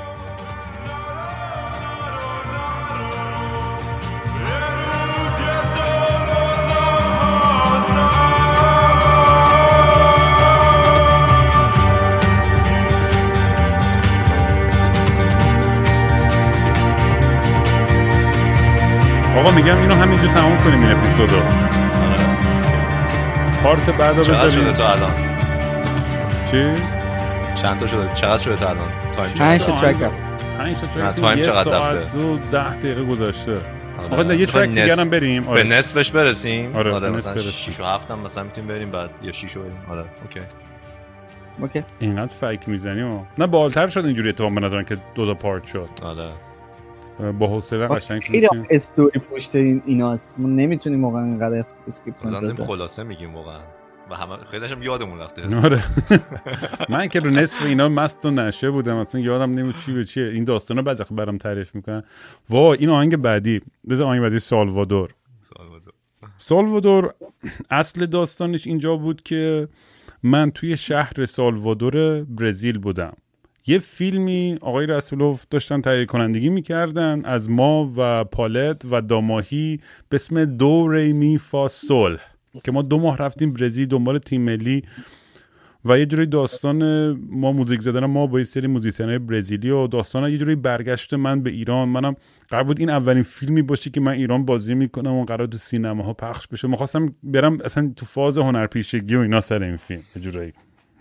آقا میگم اینو همینجا تموم کنیم این اپیزودو. آره. پارت بعدو بذاریم. چقدر شده تا الان؟ چی؟ چند تا شده؟ چقدر شده تا الان؟ تایم پنج تا ترک. پنج تا ترک. تایم چقدر رفته؟ دو ده دقیقه گذشته. آقا یه ترک دیگه هم بریم. آره. به نصفش برسیم. آره, آره مثلا شش و هفت هم مثلا میتونیم بریم بعد یا شش بریم. آره اوکی. اوکی. اینقدر فیک میزنیم. نه بالاتر شد اینجوری اتفاق به نظرم که دو تا پارت شد. آره. با حوصله قشنگ خیلی استوری پشت این ایناست، ما نمیتونیم واقعا اینقدر اسکریپت کنیم. خلاصه میگیم واقعا و همه خیلیش هم یادمون رفته. آره من که رو نصف اینا مست و نشه بودم اصلا یادم نمیاد چی به چیه. این داستانا بعضی وقت برام تعریف میکنن. وای این آهنگ بعدی بذار آهنگ بعدی سالوادور. سالوادور سالوادور اصل داستانش اینجا بود که من توی شهر سالوادور برزیل بودم. یه فیلمی آقای رسولوف داشتن تهیه کنندگی میکردن از ما و پالت و داماهی به اسم دو ری می فا سول که ما دو ماه رفتیم برزیل دنبال تیم ملی و یه جوری داستان ما موزیک زدن ما با یه سری موزیسینای برزیلی و داستان یه جوری برگشت من به ایران. منم قرار بود این اولین فیلمی باشه که من ایران بازی میکنم و قرار تو سینماها پخش بشه. ما خواستم برم اصلا تو فاز هنرپیشگی و اینا سر این فیلم یه جوری.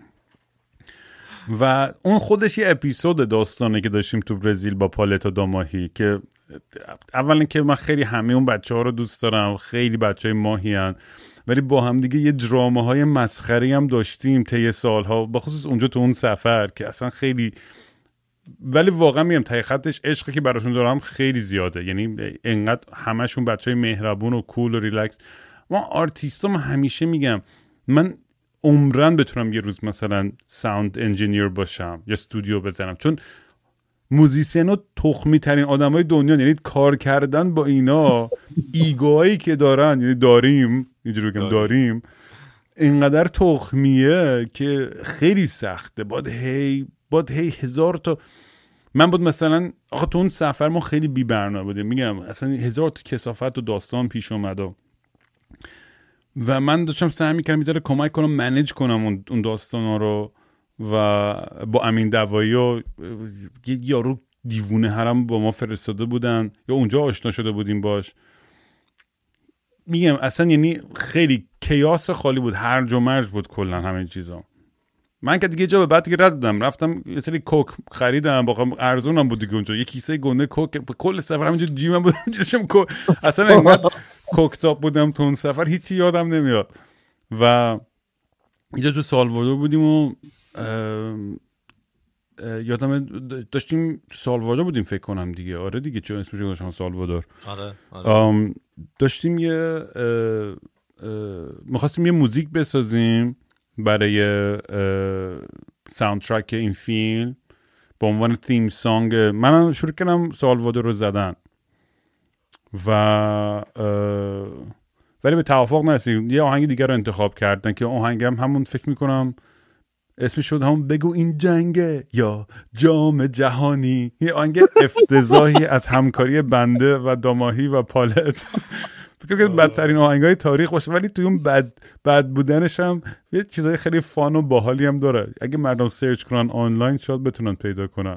و اون خودش یه اپیزود داستانه که داشتیم تو برزیل با پالت و داماهی که اولا که من خیلی همه اون بچه ها رو دوست دارم، خیلی بچه های ماهی هن، ولی با هم دیگه یه درامه های مسخری هم داشتیم طی سالها، بخصوص اونجا تو اون سفر که اصلا خیلی، ولی واقعا میگم ته خطش عشقی که براشون دارم خیلی زیاده، یعنی انقدر همشون بچه های مهربون و کول و ریلکس. ما آرتیستا من همیشه میگم من عمرن بتونم یه روز مثلا ساوند انجینیر باشم یا استودیو بزنم، چون موزیسینا تخمی ترین آدمای دنیا، یعنی کار کردن با اینا ایگوهایی که دارن، یعنی داریم اینجوری بگم داریم اینقدر تخمیه که خیلی سخته. باید هی باید هی هزار تا من بود مثلا آخه تو اون سفر ما خیلی بی برنامه بودیم، میگم اصلا هزار تا کثافت و داستان پیش اومد و و من داشتم سعی میکردم میذاره کمک کنم منیج کنم اون داستانا رو و با امین دوایی و یه یارو دیوونه هرم با ما فرستاده بودن یا اونجا آشنا شده بودیم باش. میگم اصلا یعنی خیلی کیاس خالی بود، هرج و مرج بود کلا همه چیزا. من که دیگه جا به بعد دیگه رد دادم، رفتم یه سری کوک خریدم، واقعا ارزونم بود دیگه اونجا، یه کیسه گنده کوک کل سفر همینجا جیمم بود داشتم کوک، اصلا انقدر کوکتاپ بودم تو اون سفر هیچی یادم نمیاد. و اینجا تو سالوادور بودیم و یادم داشتیم تو سالوادور بودیم فکر کنم دیگه، آره دیگه چون اسمش گذاشتم سالوادور. آره آره داشتیم یه می‌خواستیم یه موزیک بسازیم برای ساوند ترک این فیلم، به عنوان تیم سانگ. منم شروع کردم سالوادور رو زدن و ولی به توافق نرسیدیم. یه آهنگ دیگر رو انتخاب کردن که آهنگم همون فکر میکنم اسمش شد همون بگو این جنگه یا جام جهانی. یه آهنگ افتضاحی از همکاری بنده و داماهی و پالت. فکر کنم بدترین آهنگای تاریخ باشه، ولی توی اون بد بد بودنش هم یه چیزای خیلی فان و باحالی هم داره. اگه مردم سرچ کنن آنلاین شاید بتونن پیدا کنن.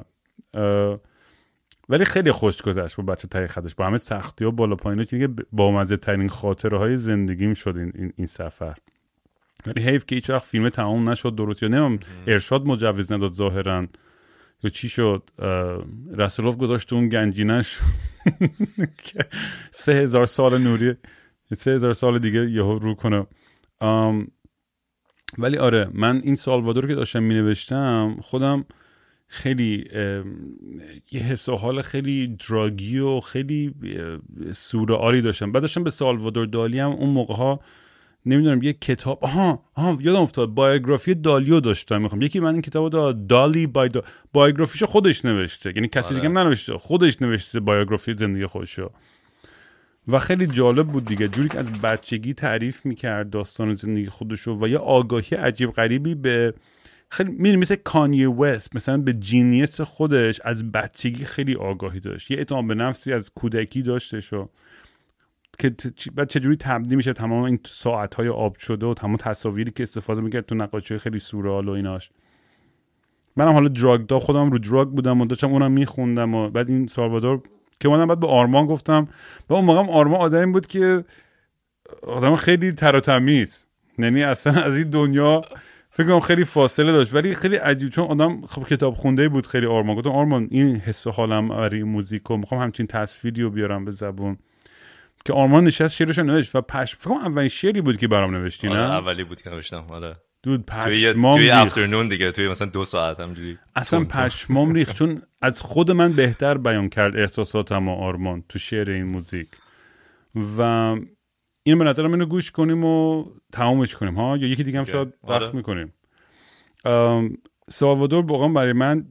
ولی خیلی خوش گذشت با بچه تهیه خطش، با همه سختی و بالا پایینا که با مزه ترین خاطره های زندگیم شد این, این, این سفر. ولی حیف که هیچ وقت فیلم تمام نشد درست، یا نمیم ارشاد مجوز نداد ظاهرا یا چی شد. رسولوف گذاشت اون گنجینش که سه هزار سال نوری سه هزار سال دیگه یهو رو کنه. ولی آره من این سالوادور که داشتم می نوشتم خودم خیلی یه حس و حال خیلی دراگی و خیلی سورئالی داشتم. بعد داشتم به سالوادور دالی هم اون موقع ها نمیدونم یه کتاب آها آها یادم افتاد بایوگرافی دالیو داشتم میخوام یکی من این کتابو داد دالی بای دا... بایوگرافیشو خودش نوشته، یعنی کسی دیگه ننوشته، خودش نوشته بایوگرافی زندگی خودشو و خیلی جالب بود دیگه، جوری که از بچگی تعریف میکرد داستان زندگی خودشو و یه آگاهی عجیب غریبی به خیلی میدونی مثل کانیه وست مثلا به جینیس خودش از بچگی خیلی آگاهی داشت، یه اعتماد به نفسی از کودکی داشتشو که بعد چجوری تبدیل میشه تمام این ساعت‌های آب شده و تمام تصاویری که استفاده میکرد تو نقاشی خیلی سورئال و ایناش. منم حالا دراگ دا خودم رو دراگ بودم و داشتم اونم میخوندم و بعد این سالوادور که منم بعد به آرمان گفتم و اون موقعم آرمان آدمی بود که آدم خیلی تر و تمیز، یعنی اصلا از این دنیا فکر کنم خیلی فاصله داشت ولی خیلی عجیب چون آدم خب کتاب خونده بود. خیلی آرمان گفتم آرمان این حس و حالم برای موزیکو میخوام همچین تصویری رو بیارم به زبون که آرمان نشست شعرش رو نوشت و پشم فکر کنم اولین شعری بود که برام نوشتی نه؟ آره اولی بود که نوشتم. آره دود پشمام توی افترنون دیگه توی مثلا دو ساعت همجوری اصلا پشمام ریخت چون از خود من بهتر بیان کرد احساساتم و آرمان تو شعر این موزیک و این به نظرم اینو گوش کنیم و تمامش کنیم ها یا یکی دیگه هم شاید وقت آره. میکنیم. سالوادور واقعا برای من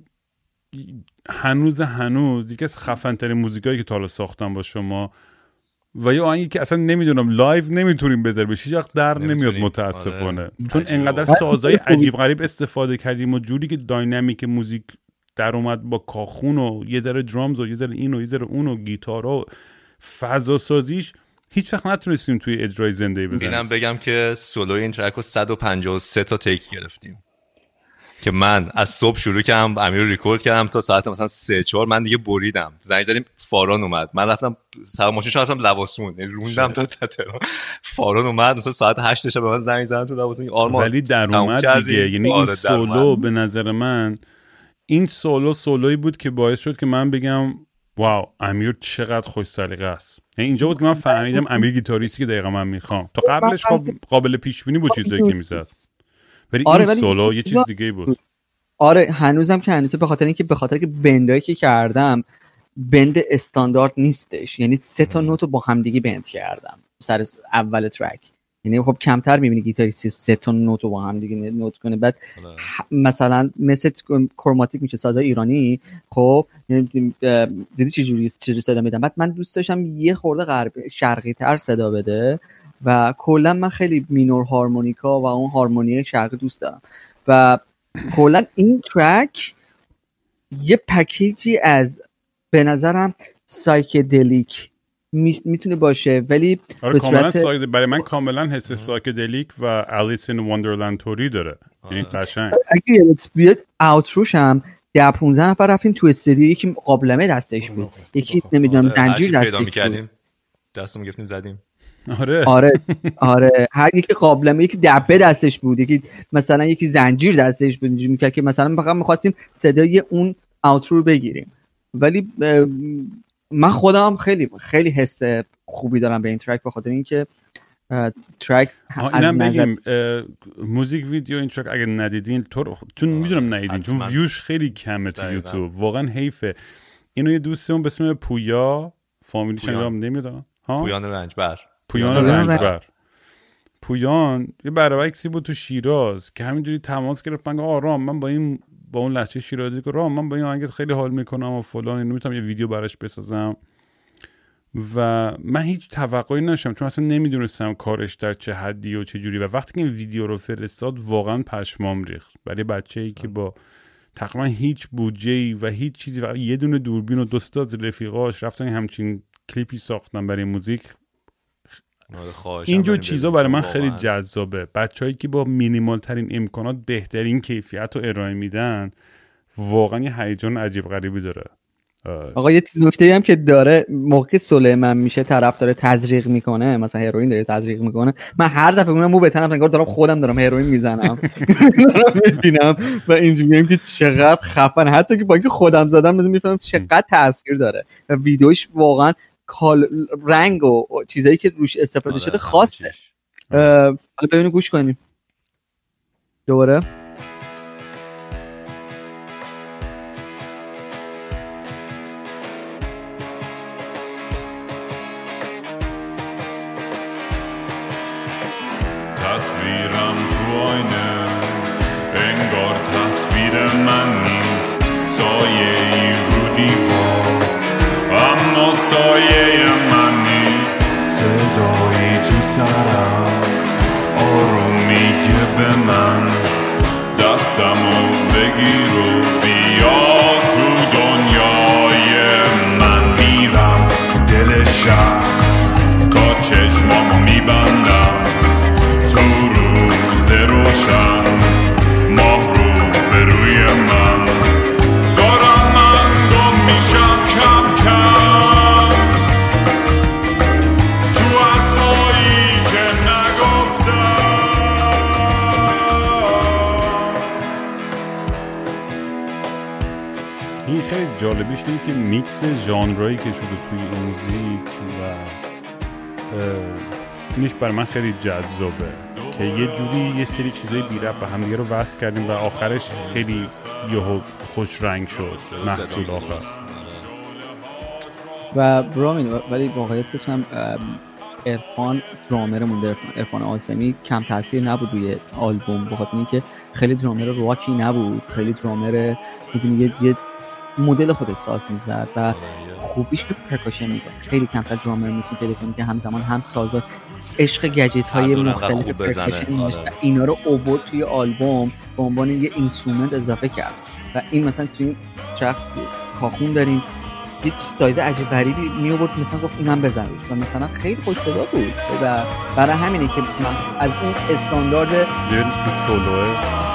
هنوز هنوز یکی از خفن ترین موزیکایی که تا حالا ساختم با شما و یه آهنگی که اصلا نمیدونم لایو نمیتونیم بذار بشه هیچ وقت در نمیاد متاسفانه آره. چون انقدر سازهای عجیب غریب استفاده کردیم و جوری که داینامیک موزیک در اومد با کاخون و یه ذره درامز و یه ذره این و یه ذره اون و گیتار و فضا سازیش هیچ وقت نتونستیم توی اجرای زنده بزنیم. اینم بگم که سولوی این ترک رو صد و پنجاه و سه تا تیک گرفتیم که من از صبح شروع کردم امیر رو ریکورد کردم تا ساعت مثلا سه چهار من دیگه بریدم، زنگ زدیم فاران اومد، من رفتم سر ماشین رفتم لواسون روندم تا تهران، فاران اومد مثلا ساعت هشت شب به من زنگ زدن تو لواسون آرمان ولی در اومد دیگه. یعنی این سولو به نظر من این سولو سولویی بود که باعث شد که من بگم واو امیر چقدر خوش سلیقه است. یعنی اینجا بود که من فهمیدم امیر گیتاریستی که دقیقاً من میخوام. تا قبلش خب قابل پیش بینی بود چیزایی که میزد ولی آره این سولو یه چیز دیگه بود. آره هنوزم که هنوزه به خاطر اینکه به خاطر که بندایی که کردم بند استاندارد نیستش، یعنی سه تا نوت رو با هم دیگه بند کردم سر اول ترک، یعنی خب کمتر میبینی گیتاریستی سه تا نوت رو با هم دیگه نوت کنه. بعد مثلا مثل کروماتیک میشه سازهای ایرانی خب دیدی چه جوری چه صدا میدن، بعد من دوست داشتم یه خورده غربی شرقی تر صدا بده و کلا من خیلی مینور هارمونیکا و اون هارمونی شرقی دوست دارم و کلا این ترک یه پکیجی از به نظرم سایکدلیک میتونه باشه ولی آره کاملا سایده. برای من کاملا حس سایکدلیک و الیس این وندرلند توری داره. یعنی قشنگ اگه یادت بیاد اوتروش هم ده پونزده نفر رفتیم تو استودیو، یکی قابلمه دستش بود یکی نمیدونم زنجیر دستش بود دستمون گرفتیم زدیم. آره آره آره هر یکی قابلمه یکی دبه دستش بود یکی مثلا یکی زنجیر دستش بود اینجوری میکرد که مثلا فقط می‌خواستیم صدای اون اوترو رو بگیریم. ولی من خودم خیلی خیلی حس خوبی دارم به این ترک به خاطر اینکه ترک از نظر موزیک ویدیو این ترک اگه ندیدین تو چون میدونم ندیدین چون ویوش خیلی کمه تو یوتیوب واقعا حیفه. اینو یه دوستمون به اسم پویا فامیلیش هم نمیدونم ها پویان رنجبر پویان رنجبر پویان یه برعکسی بود تو شیراز که همینجوری تماس گرفت من آرام من با این با اون لهجه شیرازی که رام من با این آهنگت خیلی حال میکنم و فلان، اینو میتونم یه ویدیو براش بسازم و من هیچ توقعی نداشتم چون اصلا نمیدونستم کارش در چه حدی و چه جوری و وقتی که این ویدیو رو فرستاد واقعا پشمام ریخت. برای بچه‌ای که با تقریبا هیچ بودجه‌ای و هیچ چیزی و یه دونه دوربین و دو تا از رفیقاش رفتن همچین کلیپی ساختن برای موزیک. اینجور چیزا برای من خیلی جذابه. بچه‌هایی که با مینیمال ترین امکانات بهترین کیفیت رو ارائه میدن واقعا یه هیجان عجیب غریبی داره. آقا یه نکته‌ای هم که داره، موقع سلیمان میشه طرف داره تزریق میکنه، مثلا هروئین داره تزریق میکنه، من هر دفعه اونم مو به طرف انگار دارم خودم دارم هروئین میزنم دارم میبینم و اینجوریه که چقدر خفن، حتی که با اینکه خودم زدم مثلا میفهمم چقدر تاثیر داره و ویدیوش واقعا کال رنگ و چیزایی که روش استفاده شده خاصه. حالا ببینیم گوش کنیم دوباره. تصویرم تو آینه انگار تصویر من نیست، سایه ای رو دیوار اما سایه من نیست، صدایی تو سرم آروم میگه به من دستمو بگیر و بیا تو دنیای من. میرم تو دل شهر تا چشمامو میبندم تو روز روشن، ماه رو به روی من دارم من گم میشم کم کم تو حرفایی که نگفتم. این خیلی جالبیش اینه که میکس ژانرایی که شده توی این موزیک و اینش برای من خیلی جذابه که یه جوری یه سری چیزای بی ربط به هم دیگه رو وصل کردیم و آخرش خیلی یهو خوش رنگ شد محصول آخر. و رامین ولی واقعیتش هم عرفان درامرمون در عرفان آسمی کم تاثیر نبود روی آلبوم، بخاطر اینکه خیلی درامر راکی نبود، خیلی درامر میدونی یه مدل خودش ساز میزد و خوبیش که پرکاشن میزد. خیلی کمتر درامر میتونی پیدا کنی که همزمان هم سازا عشق گجت های مختلف پرکاشن داشت و اینا رو اوورد توی آلبوم به عنوان یه اینسترومنت اضافه کرد و این مثلا توی چرخ کاخون داریم یه سایده عجیب غریبی می آورد، مثلا گفت اینم بزن روش و مثلا خیلی خوش صدا بود و برای همینه که من از اون استاندارد یه سولوه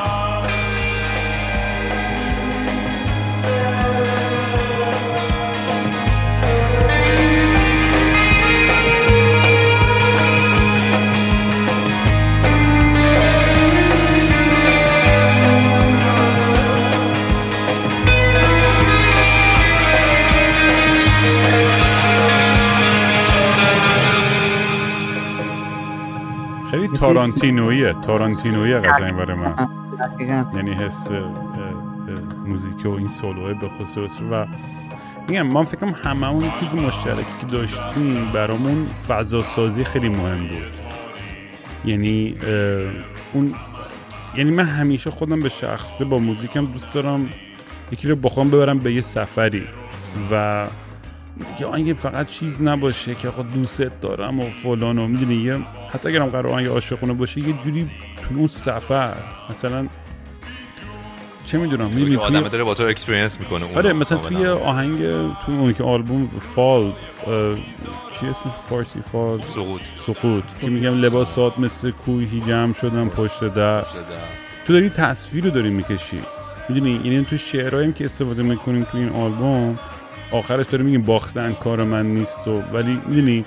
خیلی تارانتینویه تارانتینویه قضیه برای من، یعنی حس موزیک و این سولوه به خصوص. و میگم من فکرم هممون چیز مشترکی که داشتیم برامون فضا سازی خیلی مهم بود. یعنی اون یعنی من همیشه خودم به شخصه با موزیکم دوست دارم یکی رو با خودم ببرم به یه سفری و یه آهنگ فقط چیز نباشه که آقا دوست دارم و فلان و میدونی، یه حتی اگرم قرار آهنگ عاشقونه باشه یه جوری توی اون سفر مثلا چه میدونم میدونی آدم توی... داره با تو اکسپریانس میکنه. آره مثلا توی آهنگ توی اون که آلبوم فال چی اسم فارسی فال سقوط سقوط که میگم لباسات مثل کوهی جمع شدن پشت در، تو داری تصویر رو داری میکشی میدونی، یعنی تو شعرهایی که استفاده میکنیم توی این آلبوم آخرش داره میگیم باختن کار من نیست و ولی میدونی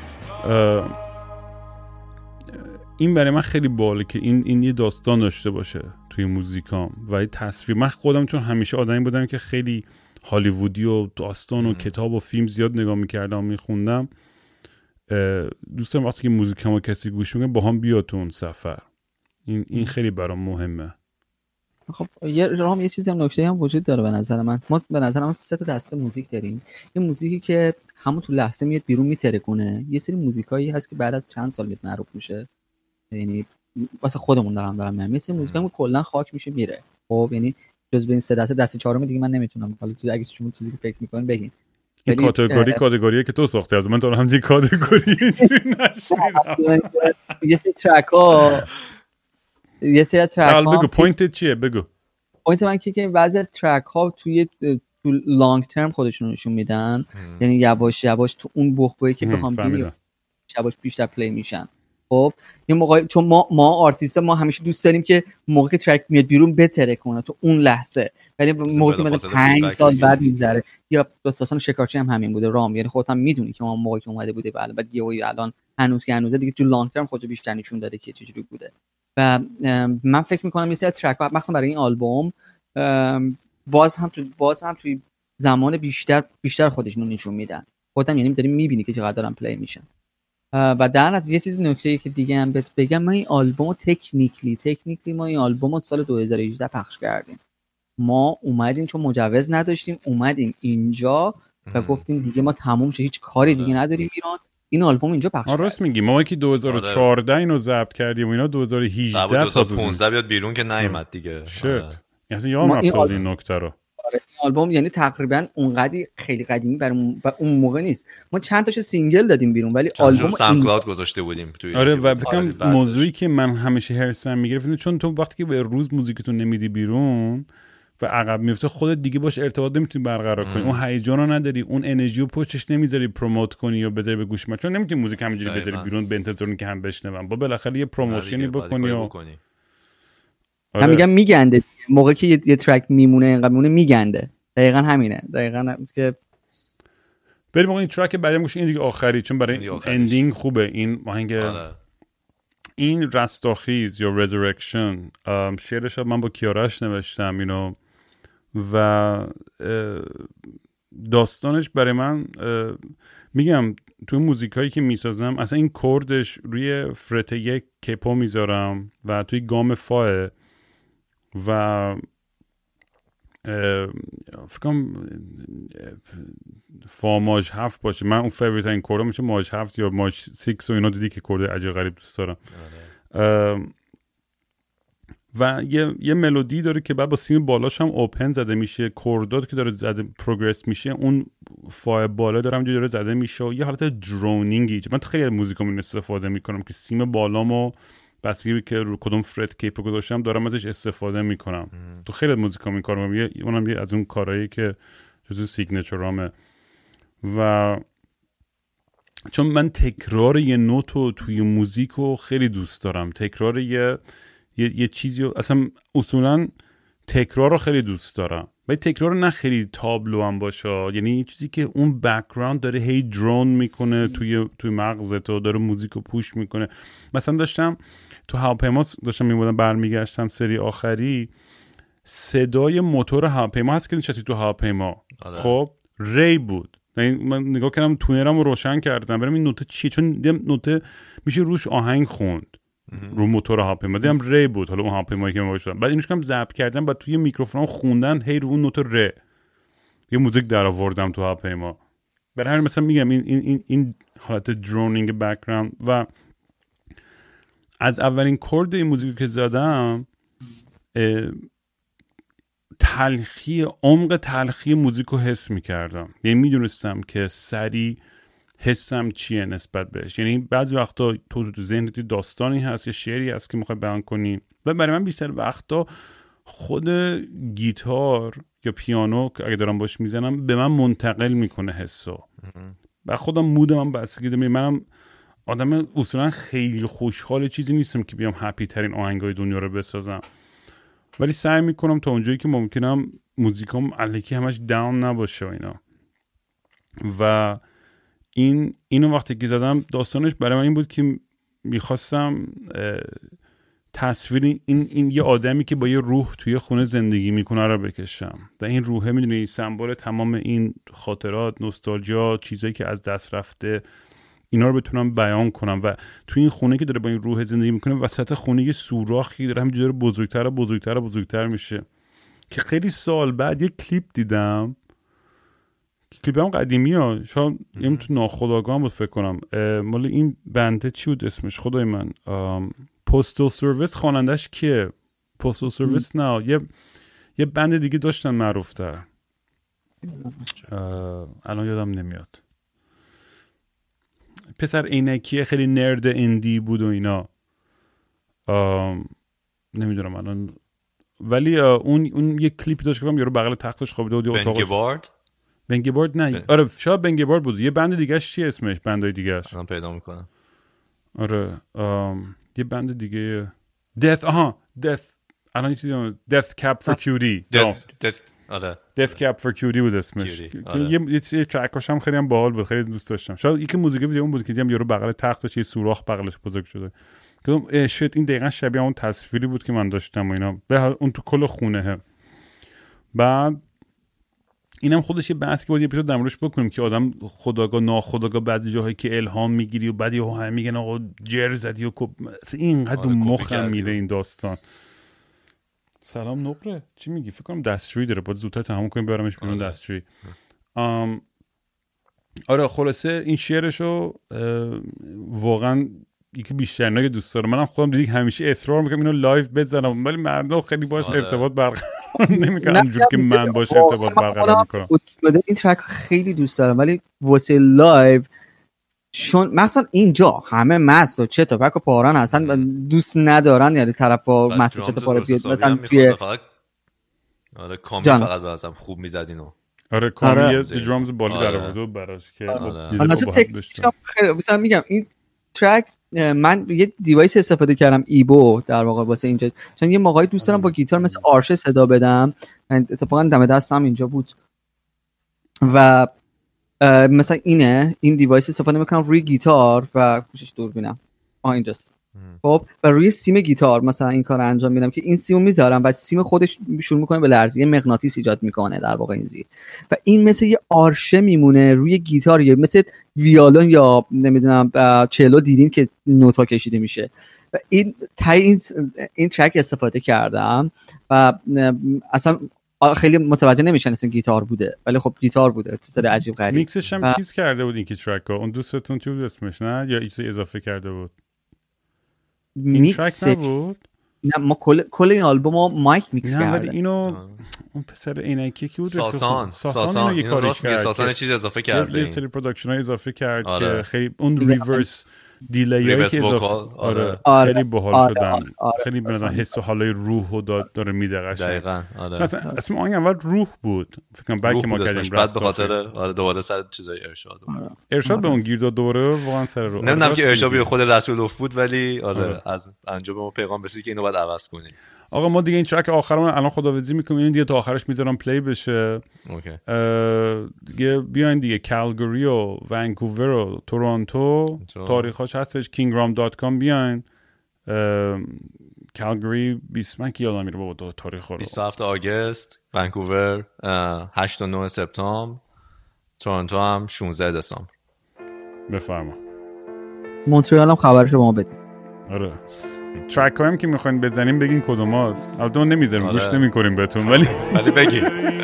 این برای من خیلی باله که این این یه داستان داشته باشه توی موزیکام و یه تصویر. من خودم چون همیشه آدمی بودم که خیلی هالیوودی و داستان و کتاب و فیلم زیاد نگاه میکردم و میخوندم، دوستم وقتی که موزیکامو کسی گوش میکنه با هم بیاد تو اون سفر. این این خیلی برام مهمه. خب یه رام یه چیزی هم نکته هم وجود داره به نظر من. ما به نظر من سه تا دسته موزیک داریم. یه موزیکی که همون تو لحظه میاد بیرون میترکونه، یه سری موزیکایی هست که بعد از چند سال میاد معروف میشه، یعنی واسه خودمون دارم دارم میگم، یه سری موزیکا هم کلا خاک میشه میره. خب یعنی جز به این سه دسته دسته چهارم دیگه من نمیتونم. حالا اگه شما چیزی که فکر میکنین بگین. این کاتگوری کاتگوریه که تو ساخته از من تو همین کاتگوری اینجوری نشیدم. یه سری ترک ها یه سری ترک ها بگو پوینت چیه بگو. پوینت من که که بعضی از ترک ها توی تو لانگ ترم خودشون نشون میدن، یعنی یواش یواش تو اون بحبوحی که بخوام ببینم یواش بیشتر پلی میشن. خب یه موقع چون ما ما آرتیست ما همیشه دوست داریم که موقع که ترک میاد بیرون بتره کنه تو اون لحظه، ولی موقعی که مثلا پنج سال بعد میگذره. یا داستان شکارچی هم همین بوده رام، یعنی خودت هم میدونی که ما موقعی که اومده بوده و بعد یهو الان هنوز که هنوزه دیگه تو لانگ ترم خودشو بیشتر نشون داده که چه جوری بوده. و من فکر میکنم مثلا ترک ها مثلا برای این آلبوم باز هم تو باز هم توی زمان بیشتر بیشتر خودشون نشون میدن. خودم یعنی داریم میبینی که چقدر دارن پلی میشن. و در نتیجه یه چیز نکته‌ای که دیگه هم بهت بگم، ما این آلبومو تکنیکلی تکنیکلی ما این آلبومو سال دو هزار و هجده پخش کردیم. ما اومدیم چون مجوز نداشتیم اومدیم اینجا و گفتیم دیگه ما تموم شد هیچ کاری دیگه نداریم ایران، این آلبوم اینجا پخش کردیم. راست میگی، ما که دو هزار و چهارده اینو ضبط کردیم و اینا دو هزار و هجده دو هزار و پانزده بیاد بیرون که نیومد دیگه. شت یعنی یادم رفت این نکته رو. این آلبوم یعنی تقریبا اونقدی خیلی قدیمی برای اون موقع نیست. ما چند تاشو سینگل دادیم بیرون ولی آلبوم ساوند کلاود گذاشته بودیم توی. آره و فکر کنم موضوعی که من همیشه هرسم میگرفتم چون تو وقتی که به روز موزیکتون نمیدی بیرون و عقب میفته خودت دیگه باش ارتباط نمیتونی برقرار کنی، اون هیجان رو نداری، اون انرژی رو پشتش نمیذاری پروموت کنی یا بذاری به گوش من، چون نمیتونی موزیک همینجوری بذاری بیرون به انتظار که هم بشنون، با بالاخره یه پروموشنی بکنی و من میگم میگنده موقعی که یه ترک میمونه اینقدر میمونه میگنده. دقیقاً همینه. دقیقاً که بریم این ترک بعدی گوش این دیگه آخری، چون برای اندینگ خوبه این آهنگ. این رستاخیز یا رزرکشن شعرش من با کیارش نوشتم اینو و داستانش برای من میگم توی موزیکایی که میسازم اصلا این کوردش روی فرت یک کپو میذارم و توی گام فاه و فکرم فا ماژ هفت باشه. من اون فیوریت این کورد میشه ماژ هفت یا ماژ سیکس و اینا، دیدی که کورد عجیب غریب دوست دارم. و یه یه ملودی داره که بعد با سیم بالاش هم اوپن زده میشه، کوردات که داره زده پروگرس میشه اون فا بالا داره همونجوری داره زده میشه و یه حالت درونینگی. من تو خیلی موزیکام استفاده میکنم که سیم بالامو بسیاری که رو کدوم فرت کیپ گذاشتم دارم ازش استفاده میکنم. تو خیلی موزیکام این کارو میکنم، اونم یه از اون کارهایی که جزو سیگنچرامه. و چون من تکرار یه نوتو توی موزیکو خیلی دوست دارم، تکرار یه یه, یه چیزی رو اصلا اصولا تکرار رو خیلی دوست دارم. ولی تکرار نه خیلی تابلو هم باشه، یعنی چیزی که اون بک‌گراند داره هی درون میکنه توی توی مغزت و داره موزیکو پوش میکنه. مثلا داشتم تو هواپیما داشتم میمودم برمیگشتم سری آخری، صدای موتور هواپیما هست که نشستی تو هواپیما خب ری بود. من نگاه کردم تونرم رو روشن کردم برم این نوته چیه، چون دیدم نوته میشه روش آهنگ خوند رو موتور هواپیما، دیدم ری بود. حالا اون هواپیمایی که من باش شدم بعد اینوش کم ضبط کردم بعد توی میکروفون خوندن هی رو اون نوته ری یه موزیک در آوردم تو هواپیما. برای همین مثلا میگم این این این, این حالت درونینگ بک‌گراند. و از اولین کورد این موزیک که زدم تلخی عمق تلخی موزیک رو حس میکردم، یعنی میدونستم که سری حسم چیه نسبت بهش. یعنی بعضی وقتا تو تو ذهنت داستانی هست یا شعری هست که میخوای بیان کنی و برای من بیشتر وقتا خود گیتار یا پیانو که اگه دارم باش میزنم به من منتقل میکنه حسو و خودم مودم من بستگی داره. منم آدم اصولا خیلی خوشحال چیزی نیستم که بیام هپی ترین آهنگای دنیا رو بسازم، ولی سعی میکنم تا اونجایی که ممکنم موزیکام الکی همش داون نباشه و اینا. و این اینو وقتی که زدم داستانش برای من این بود که میخواستم تصویر این این یه آدمی که با یه روح توی خونه زندگی میکنه رو بکشم و این روحه میدونی سمبل تمام این خاطرات، نوستالژیا، چیزایی که از دست رفته، اینا رو بتونم بیان کنم. و توی این خونه که داره با این روح زندگی میکنه وسط خونه یه سوراخی داره همینجوری بزرگتر و بزرگتر و بزرگتر میشه که خیلی سال بعد یه کلیپ دیدم، کلیپ هم قدیمی ها شاید یه تو ناخودآگاه بود فکر کنم، مال این بنده چی بود اسمش خدای من، پوستال سرویس، خوانندش کیه؟ پوستال سرویس نه، یه یه بند دیگه داشتن معروفتر، الان یادم نمیاد، پسر عینکیه خیلی نرد اندی بود و اینا، نمیدونم الان، ولی اون اون یه کلیپ داشت که یارو بغل تختش خوابیده بود اتاقش. بنگبارد بنگبارد نه ب... آره شاید بنگبارد بود. یه بند دیگه اش چی اسمش؟ بندای دیگه اش الان پیدا میکنم. آره آم... یه بند دیگه دث آها دث الان یه چیزی دث کپ فور کیوتی دث آره دث کپ فور کیوتی بود اسمش. آره. یه یه چیز ترکش هم خیلی هم باحال بود، خیلی دوست داشتم. شاید یکی موزیک ویدیو اون بود که دیدم یارو بغل تختش یه سوراخ بغلش بزرگ شده. گفتم شت این دقیقاً شبیه اون تصویری بود که من داشتم و اینا. به اون تو کل خونه. بعد اینم خودش یه بحثی بود یه اپیزود در موردش بکنیم که آدم خودآگاه ناخودآگاه بعضی جاهایی که الهام میگیری و بعد یهو هم میگن آقا جر زدی و اصلا اینقدر تو مخم میره این داستان. سلام نقره چی میگی؟ فکر کنم دستشویی داره، باید زودتر تموم کنیم برامش بیرون دستشویی. ام آره خلاصه این شعرشو واقعا یکی بیشتر نه دوست دارم. منم خودم دیدی همیشه اصرار میکنم اینو لایو بزنم ولی مردم خیلی باش ارتباط برقرار نمیکنن اونجوری که من باش ارتباط برقرار میکنم. این ترک خیلی دوست دارم ولی واسه لایو چون مثلا اینجا همه مست و چه تا پک و پاران اصلا دوست ندارن، یعنی طرفا مست و چه تا پاره بیاد مثلا توی آره کامی فقط واسم خوب میزدینو. آره کامی یه درامز بالی در آورد براش که حالا خیلی مثلا میگم این ترک من یه دیوایس استفاده کردم ایبو در واقع واسه اینجا، چون یه موقعی دوست دارم با گیتار مثل آرشه صدا بدم. اتفاقا دم دستم اینجا بود و مثلا اینه این دیوایس استفاده میکنم روی گیتار و گوشش دوربینم آها اینجاست. خب و روی سیم گیتار مثلا این کار انجام میدم که این سیمو میذارم بعد سیم خودش شروع میکنه به لرزه، یه مغناطیس ایجاد میکنه در واقع این زیر و این مثل یه آرشه میمونه روی گیتار، یا مثل ویولون یا نمیدونم چلو دیدین که نوتا کشیده میشه و این تای این این ترک استفاده کردم و اصلا خیلی متوجه نمیشن اصلا گیتار بوده ولی خب گیتار بوده. چیز عجیب غریب. میکسش هم چیز کرده بود این که ترک ها اون دوستتون چی بود اسمش نه یا چیزی اضافه کرده بود؟ میکس نبود؟ نه ما کل کل این آلبومو مایک میکس کرده. نه ولی اینو اون پسر عینکی کی بود؟ ساسان ساسان, ساسان اینو یه کاریش کرد. ساسان چیز اضافه کرد. یه سری پروداکشن ها اضافه کرد آره. که خیلی اون ریورس دیلی که اضافه آره. آره خیلی باحال آره. شدن آره. آره. خیلی بنظرم حس و حالای روحو داره میده قشنگ. دقیقاً آره. اصلا اسم آهنگ اول روح بود فکر کنم بعد که ما کردیم بعد به خاطر آره دوباره سر چیزای ارشاد آره. ارشاد به اون گیر داد دوباره واقعا سر رو نمیدونم که ارشاد به خود رسولوف بود ولی آره از انجام ما پیغام رسید که اینو باید عوض کنی. آقا ما دیگه این ترک آخرمون الان خداویسی میکنیم، این دیگه تا آخرش میذارم پلی بشه. اوکی. دیگه بیاین دیگه کالگری و ونکوور و تورنتو تاریخاش هستش کینگ رام دات کام بیاین. کالگری بیست من که یادم میره بابا تاریخ رو بیست و هفتم آگوست، ونکوور هشت و نه سپتامبر، تورنتو هم شانزده دسامبر. بفرما. مونترال هم خبرشو ما بدیم. آره ترک هایم که میخواین بزنیم بگین کدوم هاست. البته ما نمیذاریم گوش نمیکنیم بهتون ولی ولی بگین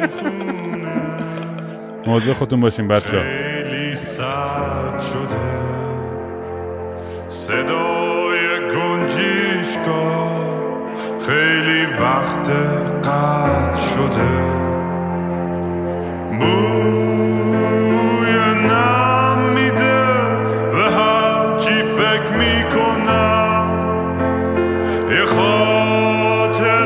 مواظب خودتون باشین بچه‌ها. خیلی سرد شده صدای گنجشگاه، خیلی وقت قطع شده بوی نم میده و هر چی فکر میکنم یه خاطر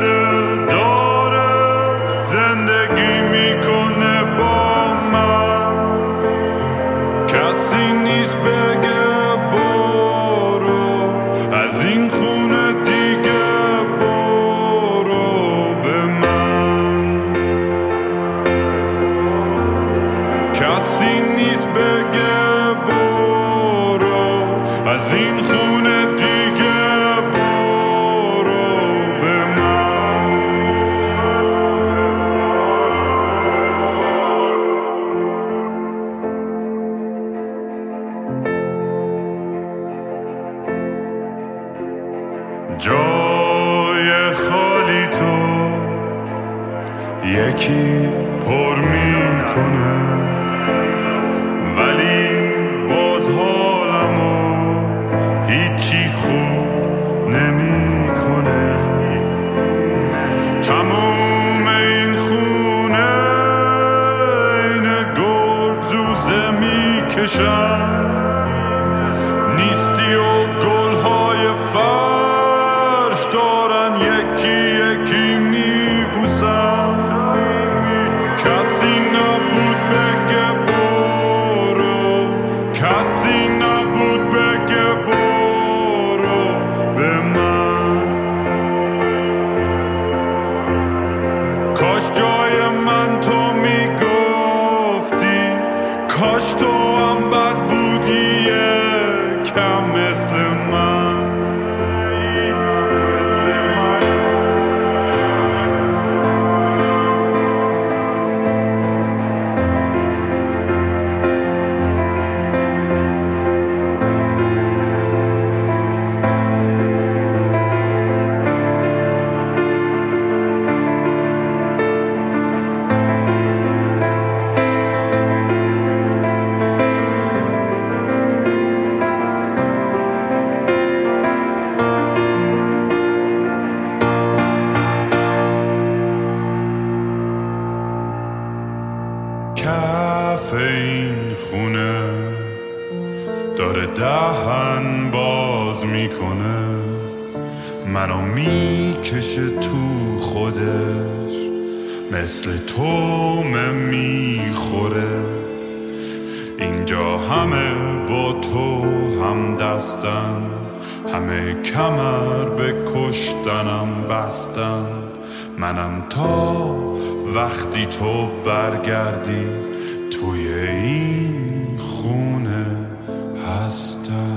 داره زندگی میکنه با من، کسی نیست بگه برو از این خونه دیگه برو به من، کسی نیست بگه برو از این خونه دیگه جای خالی تو یکی پر میکنه ولی باز حالمو هیچی خوب نمیکنه، تموم بشم نیستی و گلهای فرش دارن یکی یکی میبوسن کسی نبود بگه برو کسی نبود بگه برو به من کاش جای من تو میگفتی کاش تو هم بد بودی کم مثل من کف این خونه داره دهن باز میکنه منو میکشه تو خودش مثل تومه میخوره اینجا همه با تو هم دستن همه کمر به کشتنم بستن منم تا وقتی تو برگردی توی این خونه هستم